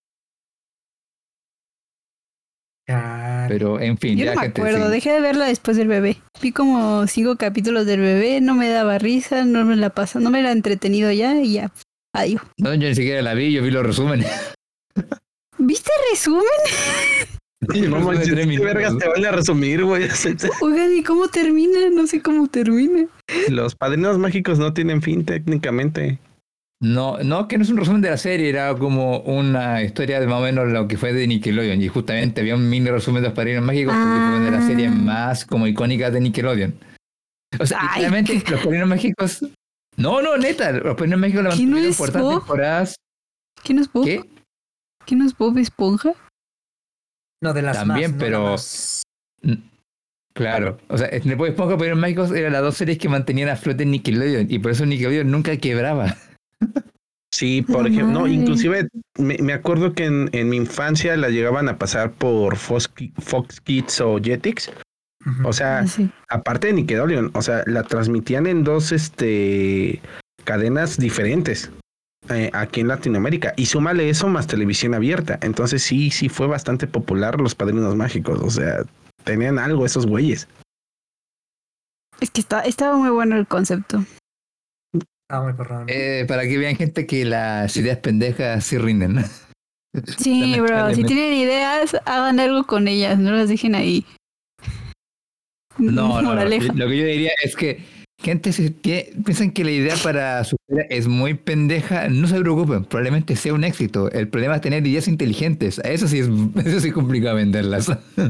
Chale. Pero en fin, Yo ya no me gente. acuerdo, sí. dejé de verla después del bebé. Vi como cinco capítulos del bebé, no me daba risa, no me la pasa, no me la he entretenido ya y ya. Adiós. No, yo ni siquiera la vi, yo vi los resúmenes. ¿Viste el resumen? No manches, tres ¿qué minutos. vergas te van a resumir, güey? Oigan, ¿y cómo termina? No sé cómo termina. Los Padrinos Mágicos no tienen fin técnicamente. No, no, que no es un resumen de la serie, era como una historia de más o menos lo que fue de Nickelodeon. Y justamente había un mini resumen de los Padrinos Mágicos porque fue una de las series más como icónicas de Nickelodeon. O sea, Ay. literalmente los Padrinos Mágicos. No, no, neta, los Padrinos Mágicos la ¿Qué no mantuvieron es por tantas Bob? temporadas. ¿Quién es Bob? ¿Qué? ¿Quién es Bob Esponja? No, de las También, más, no pero- la más. Mm, Claro, o sea, en el Bob Esponja, Padrinos Mágicos eran las dos series que mantenían a flote en Nickelodeon y por eso Nickelodeon nunca quebraba. Sí, por La ejemplo, no, madre. inclusive me, me acuerdo que en, en mi infancia la llegaban a pasar por Fox, Ki- Fox Kids o Jetix. Ujú. O sea, Ah, sí. aparte de Nickelodeon, o sea, la transmitían en dos este cadenas diferentes eh, aquí en Latinoamérica. Y súmale eso más televisión abierta. Entonces sí, sí fue bastante popular los Padrinos Mágicos. O sea, tenían algo esos güeyes. Es que está, estaba muy bueno el concepto. Ah, muy perrón. Eh, para que vean gente que las ideas pendejas sí rinden, ¿no? Sí, bro, si Lamentablemente. tienen ideas, hagan algo con ellas, no las dejen ahí. No, no, no. Moraleja. Lo que yo diría es que gente si tie- piensan que la idea para su idea es muy pendeja, no se preocupen, probablemente sea un éxito. El problema es tener ideas inteligentes. Eso sí es, eso sí es complicado venderlas.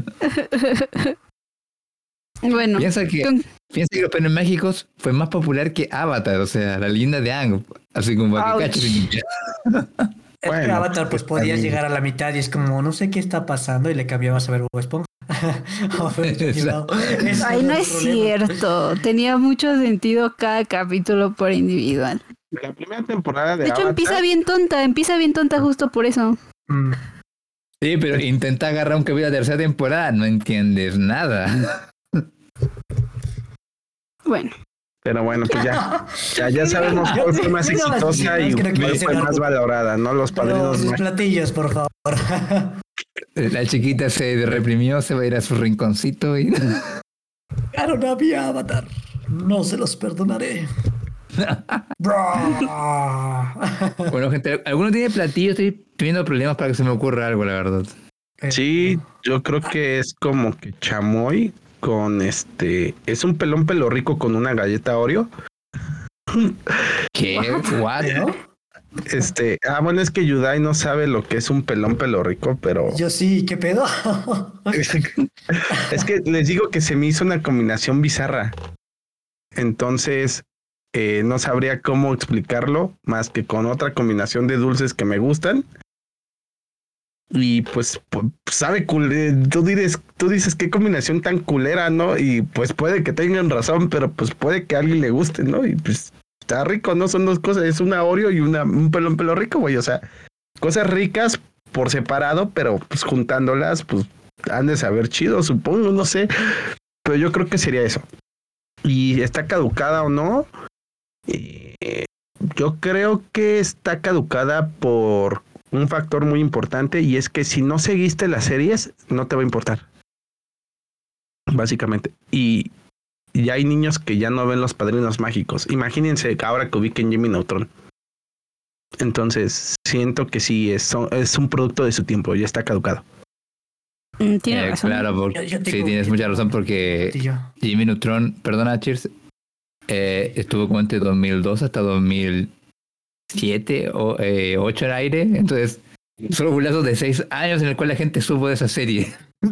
Bueno, Piensa que con- piensa que los Padrinos Mágicos fue más popular que Avatar, o sea, la leyenda de Aang, así como Ouch. que cacho de Es que Bueno, Avatar, pues está podías bien. llegar a la mitad y es como, no sé qué está pasando y le cambiabas a ver Bob Esponja. O ver Mickey Mouse. Ese Ay, era no el es problema. cierto. Tenía mucho sentido cada capítulo por individual. La primera temporada de, De hecho, Avatar, empieza bien tonta, empieza bien tonta justo por eso. Mm. Sí, pero intenta agarrar un capítulo de la tercera temporada, no entiendes nada. Bueno. Pero bueno, pues ya, ya, ya sabemos cuál fue más exitosa y cuál fue más valorada, ¿no? Los padrinos Los mágicos. platillos, por favor. La chiquita se reprimió, se va a ir a su rinconcito y... Claro, no había Avatar. No se los perdonaré. Bueno, gente, ¿alguno tiene platillo? Estoy teniendo problemas para que se me ocurra algo, la verdad. Sí, yo creo que es como que chamoy con este... Es un pelón pelo rico con una galleta Oreo. ¿Qué? ¿What? ¿No? Este... Ah, bueno, es que Yudai no sabe lo que es un pelón pelo rico, pero... Yo sí, ¿qué pedo? Es que les digo que se me hizo una combinación bizarra. Entonces, eh, no sabría cómo explicarlo más que con otra combinación de dulces que me gustan. Y pues, pues sabe, cul- tú dices, tú dices qué combinación tan culera, ¿no? Y pues puede que tengan razón, pero pues puede que a alguien le guste, ¿no? Y pues está rico, ¿no? Son dos cosas, es una Oreo y una, un pelón pelo rico, güey. O sea, cosas ricas por separado, pero pues juntándolas, pues han de saber chido, supongo, no sé. Pero yo creo que sería eso. Y está caducada o no, eh, yo creo que está caducada por un factor muy importante, y es que si no seguiste las series, no te va a importar. Básicamente. Y ya hay niños que ya no ven Los Padrinos Mágicos. Imagínense que ahora que ubiquen Jimmy Neutron. Entonces, siento que sí, es, es un producto de su tiempo, ya está caducado. Mm, Tiene Eh, razón. claro, porque, Yo- yo tengo- sí, tienes yo mucha tengo- razón porque Tío. Jimmy Neutron, perdona, Cheers, eh, estuvo como entre dos mil dos hasta dos mil siete o eh, ocho en aire, entonces solo un lazo de seis años en el cual la gente supo de esa serie.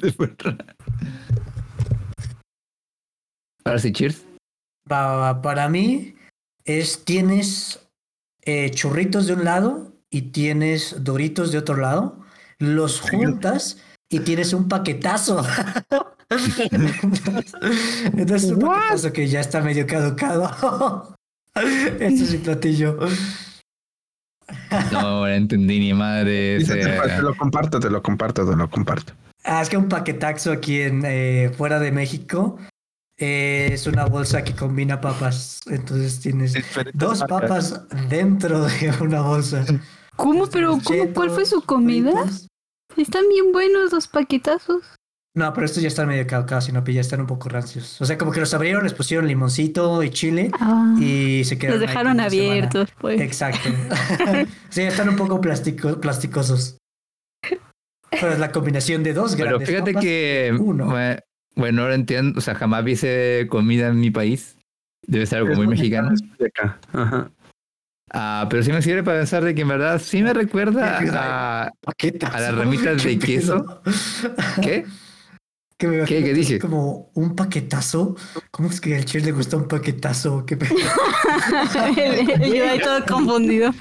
Ahora sí, Cheers. Va- va- Para mí es tienes eh, churritos de un lado y tienes doritos de otro lado, los juntas y tienes un paquetazo. Entonces, entonces un paquetazo que ya está medio caducado. Este es mi platillo. No, no entendí ni madre. Te ese- lo comparto, te lo comparto, te lo comparto. Ah, es que un paquetazo aquí en eh, fuera de México eh, es una bolsa que combina papas. Entonces tienes dos papas dentro de una bolsa. ¿Cómo? ¿Pero cómo? ¿Cuál fue su comida? Fritas. Están bien buenos los paquetazos. No, pero estos ya están medio caducados, sino que ya están un poco rancios. O sea, como que los abrieron, les pusieron limoncito y chile Ah, y se quedaron los ahí dejaron como una semana. abiertos, pues. Exacto. Sí, están un poco plástico, plasticosos. Pero es la combinación de dos Pero grandes fíjate papas. que, uno. bue- bueno, ahora entiendo, o sea, jamás vi ese comida en mi país. Debe ser algo muy mexicano. De acá. Ajá. Ah, pero sí me sirve para pensar de que en verdad sí me recuerda a, Paquetazo. a las ramitas de ¿Qué queso. pedo? ¿Qué? Que me ¿Qué? imagino ¿Qué que es dije? como un paquetazo. ¿Cómo es que al Cher le gusta un paquetazo? ¿Qué pedo? Yo ahí todo confundido.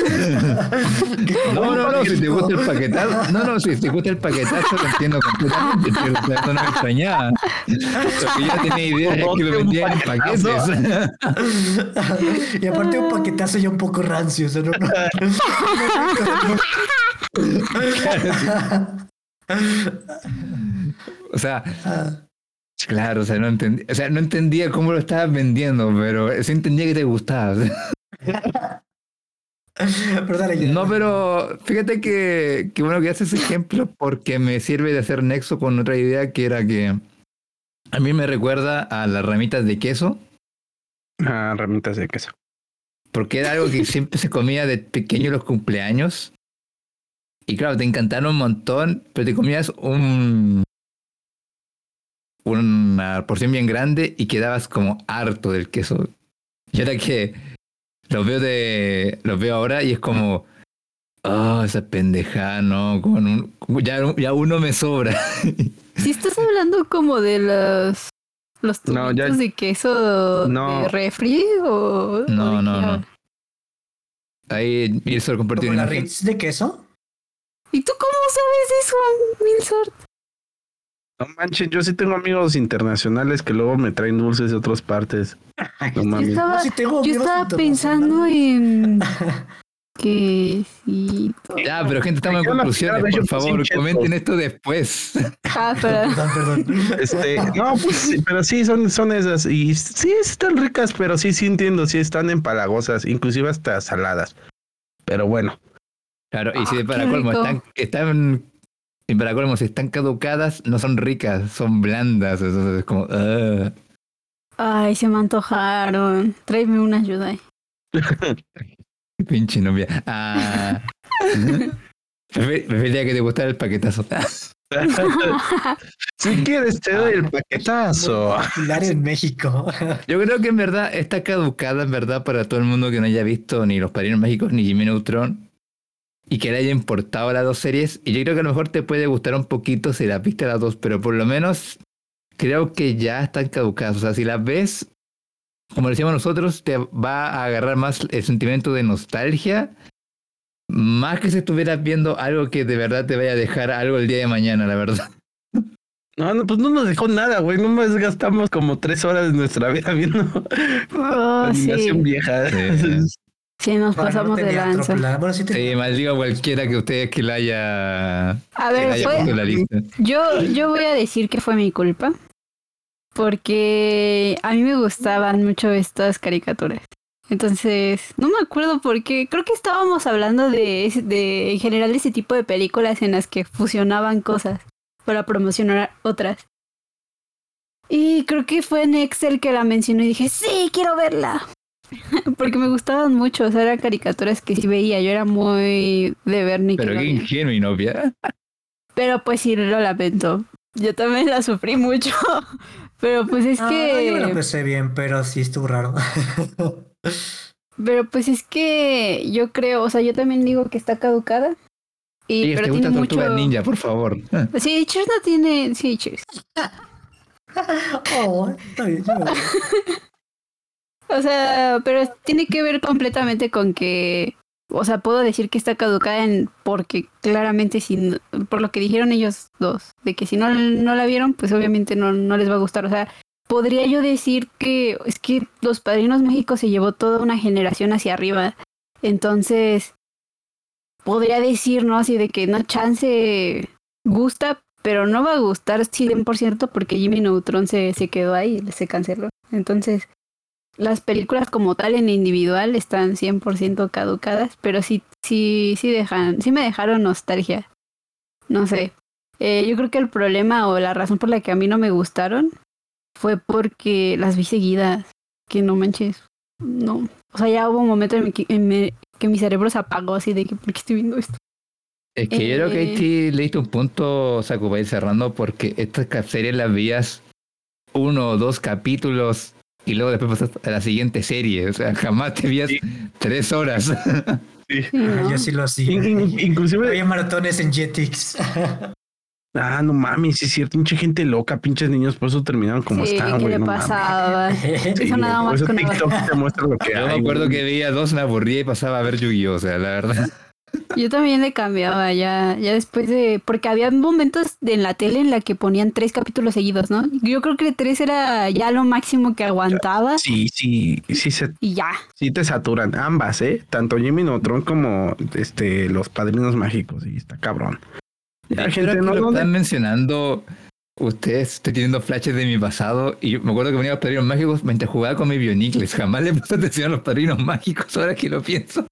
No, no, no, si te gusta el paquetazo. No, no, si te gusta el paquetazo, lo entiendo completamente. Pero o sea, eso no me extrañaba. Lo que yo tenía idea es que lo vendían en paquetes. Y aparte un paquetazo ya un poco rancio. O sea, no, O sea, Ah, claro, o sea, no entendía, o sea, no entendía cómo lo estabas vendiendo, pero sí entendía que te gustaba. pero dale, ya. No, pero fíjate que, que bueno que haces ese ejemplo porque me sirve de hacer nexo con otra idea que era que a mí me recuerda a las ramitas de queso, Ah, ramitas de queso. porque era algo que siempre se comía de pequeño en los cumpleaños. Y claro, te encantaron un montón, pero te comías un una porción bien grande y quedabas como harto del queso. Y ahora que los veo de los veo ahora y es como oh, esa pendejada, ¿no? Con un, ya, ya uno me sobra. Si estás hablando como de los los No, tubitos ya- de queso No. de refri o No, o de no, qué no. hablas? Ahí Milsor compartió ¿Como una las imagen. Ritz de queso? ¿Y tú cómo sabes eso, Milsort? No manchen, yo sí tengo amigos internacionales que luego me traen dulces de otras partes. No Yo mames. estaba, sí tengo yo amigos estaba internacionales. pensando en Quesito. Ya, pero gente, estamos en Yo no conclusiones. quiero, Por yo favor, puse comenten chetos. esto después. Ah, perdón. Perdón, perdón. Este, no, pues sí, pero sí, son, son esas. Y sí están ricas, pero sí, sí entiendo, sí están empalagosas, inclusive hasta saladas. Pero bueno. Claro, y si de Ah, para qué colmo rico. están, están, y para colmo, si están caducadas, no son ricas, son blandas. Eso es como, ah. Ay, se me antojaron. Tráeme una ayuda. Qué pinche novia. Ah. Prefer- Preferiría que te gustara el paquetazo. Si quieres, te doy el paquetazo. Muy popular en México. Yo creo que en verdad está caducada, en verdad, para todo el mundo que no haya visto ni Los Padrinos Mágicos ni Jimmy Neutron y que le haya importado las dos series. Y yo creo que a lo mejor te puede gustar un poquito si las viste las dos, pero por lo menos creo que ya están caducadas. O sea, si las ves, como decíamos nosotros, te va a agarrar más el sentimiento de nostalgia, más que si estuvieras viendo algo que de verdad te vaya a dejar algo el día de mañana, la verdad. No, no, pues no nos dejó nada, güey. Nomás gastamos como tres horas de nuestra vida viendo Oh, animación sí. vieja. Sí. Sí, nos Bueno, pasamos no de tenía lanza. otro plan. Bueno, sí Sí, tenía. maldigo a cualquiera que ustedes que la haya, A que la ver, haya puesto en la fue. lista. Yo, yo voy a decir que fue mi culpa. Porque a mí me gustaban mucho estas caricaturas. Entonces, no me acuerdo por qué. Creo que estábamos hablando de, ese- de en general de ese tipo de películas en las que fusionaban cosas para promocionar otras. Y creo que fue en Excel que la mencionó y dije, sí, quiero verla. Porque me gustaban mucho, o sea, eran caricaturas que sí veía. Yo era muy de ver Pero qué Nickelodeon. ingenuo y novia. Pero pues sí, lo lamento. Yo también la sufrí mucho. Pero pues es Ah, no, yo me lo que... empecé bien, pero sí estuvo raro. Pero pues es que yo creo, o sea, yo también digo que está caducada. Y, Y pero te tiene gusta mucho... Tortuga Ninja, por favor. Sí, Cheers no tiene... Sí, Cheers. Oh, está bien, yo me voy. O sea, pero tiene que ver completamente con que... O sea, puedo decir que está caducada en porque claramente si no- por lo que dijeron ellos dos, de que si no, no la vieron, pues obviamente no, no les va a gustar. O sea, podría yo decir que es que Los Padrinos Mágicos se llevó toda una generación hacia arriba. Entonces, podría decir, ¿no? Así de que no chance gusta, pero no va a gustar cien por ciento porque Jimmy Neutron se, se quedó ahí, se canceló. Entonces, las películas como tal en individual están cien por ciento caducadas, pero sí, sí, sí dejan, sí me dejaron nostalgia. No sé. Eh, yo creo que el problema o la razón por la que a mí no me gustaron fue porque las vi seguidas. Que no manches. No. O sea, ya hubo un momento en, mi que, en mi, que mi cerebro se apagó así de que, ¿por qué estoy viendo esto? Es que yo creo que ahí Eh. sí le diste un punto, Saku, para ir cerrando, porque estas ca- series las veías uno o dos capítulos y luego después pasas a la siguiente serie. O sea, jamás te veías Sí. tres horas. Sí. Sí, ¿no? Yo sí lo hacía. In- in- inclusive, Había maratones en Jetix. ah, no mames, sí es cierto, pinche gente loca, pinches niños, por eso terminaron como Sí, están, ¿qué güey, le no mames. pasaba? Sí, Eso nada güey, por más eso con una- TikTok te muestra lo que Yo hay. me acuerdo güey. que veía dos, me aburría y pasaba a ver Yu-Gi-Oh! O sea, la verdad. Yo también le cambiaba ya, ya después de, porque había momentos de, en la tele en la que ponían tres capítulos seguidos, ¿no? Yo creo que tres era ya lo máximo que aguantaba Sí, sí, sí, se, y ya. sí te saturan, ambas, ¿eh? Tanto Jimmy Neutron como este, los Padrinos Mágicos, y está cabrón. Ya, Yo gente, creo que no, lo no, están de- mencionando. Ustedes, estoy teniendo flashes de mi pasado y me acuerdo que venía a los padrinos mágicos mientras jugaba con mi Bionicles. Jamás le puse atención a los padrinos mágicos ahora que lo pienso.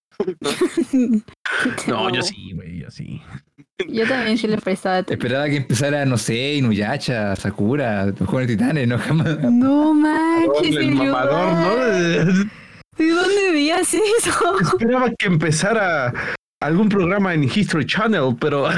no, yo sí, güey, yo sí. Yo también sí le prestaba atención. Esperaba que empezara, no sé, Inuyasha, Sakura, los jóvenes titanes, no jamás. No manches, El mamador, ¿no? Eliodar. ¿De dónde veías eso? Esperaba que empezara algún programa en History Channel, pero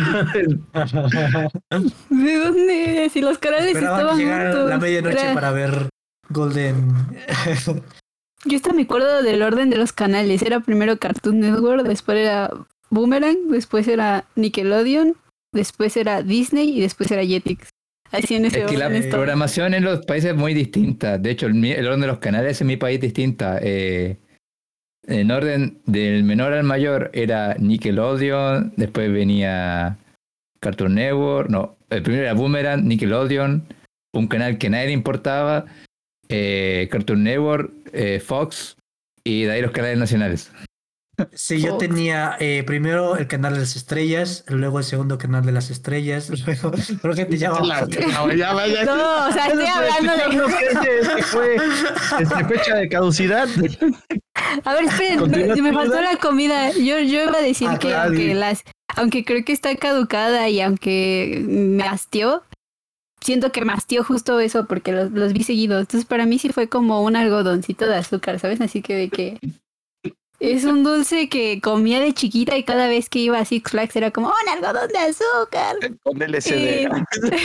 ¿De dónde? Si los canales Esperaba que estaban llegara juntos. la medianoche Era- para ver Golden. Yo hasta me acuerdo del orden de los canales. Era primero Cartoon Network, después era Boomerang, después era Nickelodeon, después era Disney y después era Jetix. Así en ese Es que la orden estaba. programación en los países es muy distinta. De hecho, el, mi- el orden de los canales en mi país es distinta. Eh, en orden del menor al mayor era Nickelodeon, después venía Cartoon Network, no, el primero era Boomerang, Nickelodeon, un canal que a nadie le importaba, eh, Cartoon Network, eh, Fox y de ahí los canales nacionales. Sí, yo Fox. tenía eh, primero el canal de las estrellas, luego el segundo canal de las estrellas, luego creo que te llama. La- no, ya vaya. No, o sea, estoy hablando de... Este fue este, fecha de caducidad. A ver, esperen, Continúa me, me tu faltó duda. la comida. Yo, yo iba a decir Ah, que claro. aunque las, aunque creo que está caducada y aunque me hastió, siento que me hastió justo eso porque los, los vi seguidos. Entonces para mí sí fue como un algodoncito de azúcar, ¿sabes? Así que de que es un dulce que comía de chiquita y cada vez que iba a Six Flags era como un algodón de azúcar. Con L S D. Eh,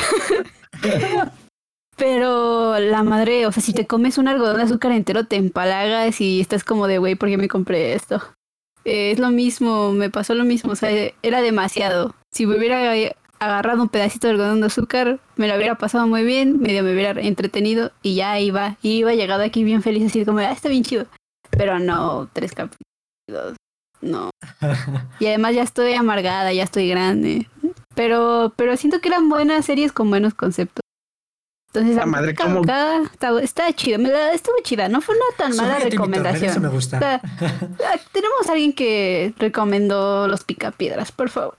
Pero la madre, o sea, si te comes un algodón de azúcar entero, te empalagas y estás como de, güey, ¿por qué me compré esto? Eh, es lo mismo, me pasó lo mismo, o sea, era demasiado. Si me hubiera agarrado un pedacito de algodón de azúcar, me lo hubiera pasado muy bien, medio me hubiera entretenido y ya iba, y iba llegado aquí bien feliz, así como, ah, está bien chido. Pero no, tres capítulos, no. Y además ya estoy amargada, ya estoy grande. Pero, pero siento que eran buenas series con buenos conceptos. Entonces, La madre, ¿cómo? acá está, está chido, me la- estuvo chida, no fue una tan mala Súbete, mi torneo, recomendación. eso me O gusta. sea, ah, tenemos a alguien que recomendó los picapiedras, por favor.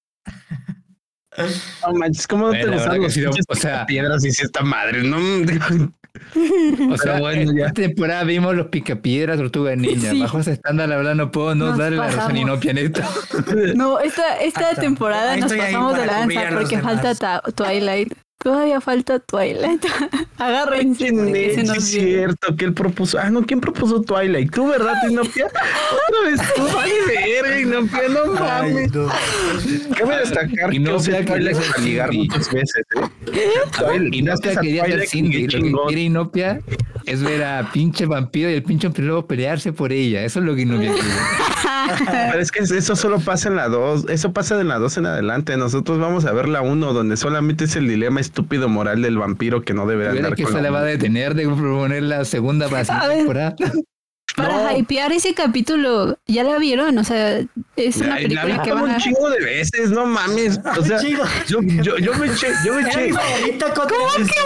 No manches, ¿cómo no te Bueno, la gustan verdad los que sí, pinches o sea- piedras y si esta madre? No, O sea, bueno, ya. esta temporada vimos los picapiedras, tortugas ninja. Sí. Bajo ese estándar, la verdad, no puedo no Nos darle la razón pasamos. y no pianeta. No, esta, esta Hasta- temporada ahí nos estoy ahí pasamos de para cubrir lanza a los porque demás. falta ta- Twilight. Todavía falta Twilight. Agárrense porque se Sí, nos es viene. cierto que él propuso. Ah, no, ¿quién propuso Twilight? Tú, ¿verdad, Inopia? Otra vez tú, vale verga, Inopia, no Ay, mames. no. Cabe destacar que Inopia usé quería Twilight ser para ligar Cindy. muchas veces, ¿eh? Twilight, Inopia gracias a quería ser Twilight, Cindy. qué Lo que chingón. quiere Inopia es ver a pinche vampiro y el pinche vampiro pelearse por ella. Eso es lo que Inopia quiere. Pero es que eso solo pasa en la dos, eso pasa de la dos en adelante. Nosotros vamos a ver la uno, donde solamente es el dilema estúpido moral del vampiro que no debe ¿Tú andar crees que con se la le va a mujer. detener de proponer la segunda para la A siguiente ver. temporada? Para No. hypear ese capítulo, ¿ya la vieron? O sea, es una La, la vi película que como van un a... chingo de veces, no mames. O sea, Chico. yo, yo, yo me eché, yo me Era eché. mi favorita contra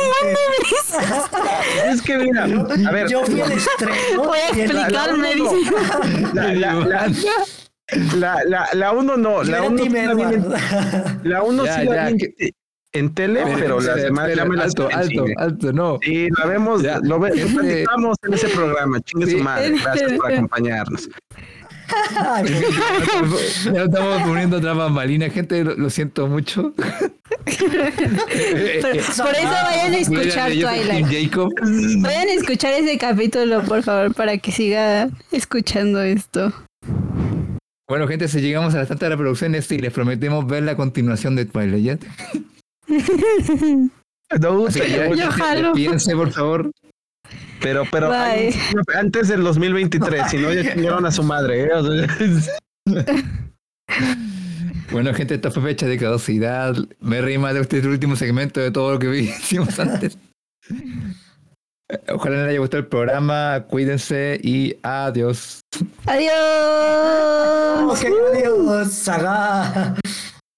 Es que mira, a ver, Yo fui el estreno. Voy a y el- explicarme, no. dice. la, la, la, la, la, la uno no, Yo la era uno Team sí la vi en- Edward. la uno Ya, sí la ya, vi en, que- en tele, Espera, pero las espera, demás espera, ya me las alto, vi en alto, cine. alto, no. Sí, la vemos, Ya, lo, ve, lo gente- platicamos en ese programa, chingue Sí. su madre, gracias por acompañarnos. Ya estamos poniendo otra bambalina, gente, lo, lo siento mucho. Pero por eso vayan a escuchar Yo soy Team Twilight. Jacob. Vayan a escuchar ese capítulo, por favor, para que siga escuchando esto. Bueno, gente, si llegamos a las tantas reproducciones y les prometemos ver la continuación de Twilight, ¿ya? No, Así que ya, pero, Yo jalo. despídense, por favor. pero, pero Bye. ay, antes del dos mil veintitrés, si no ya chingaron a su madre, ¿eh? O sea, Bueno, gente, esta fue fecha de caducidad. Me reí más de este último segmento de todo lo que hicimos antes. Ojalá les haya gustado el programa. Cuídense y adiós. Adiós. Ok, adiós, Saga.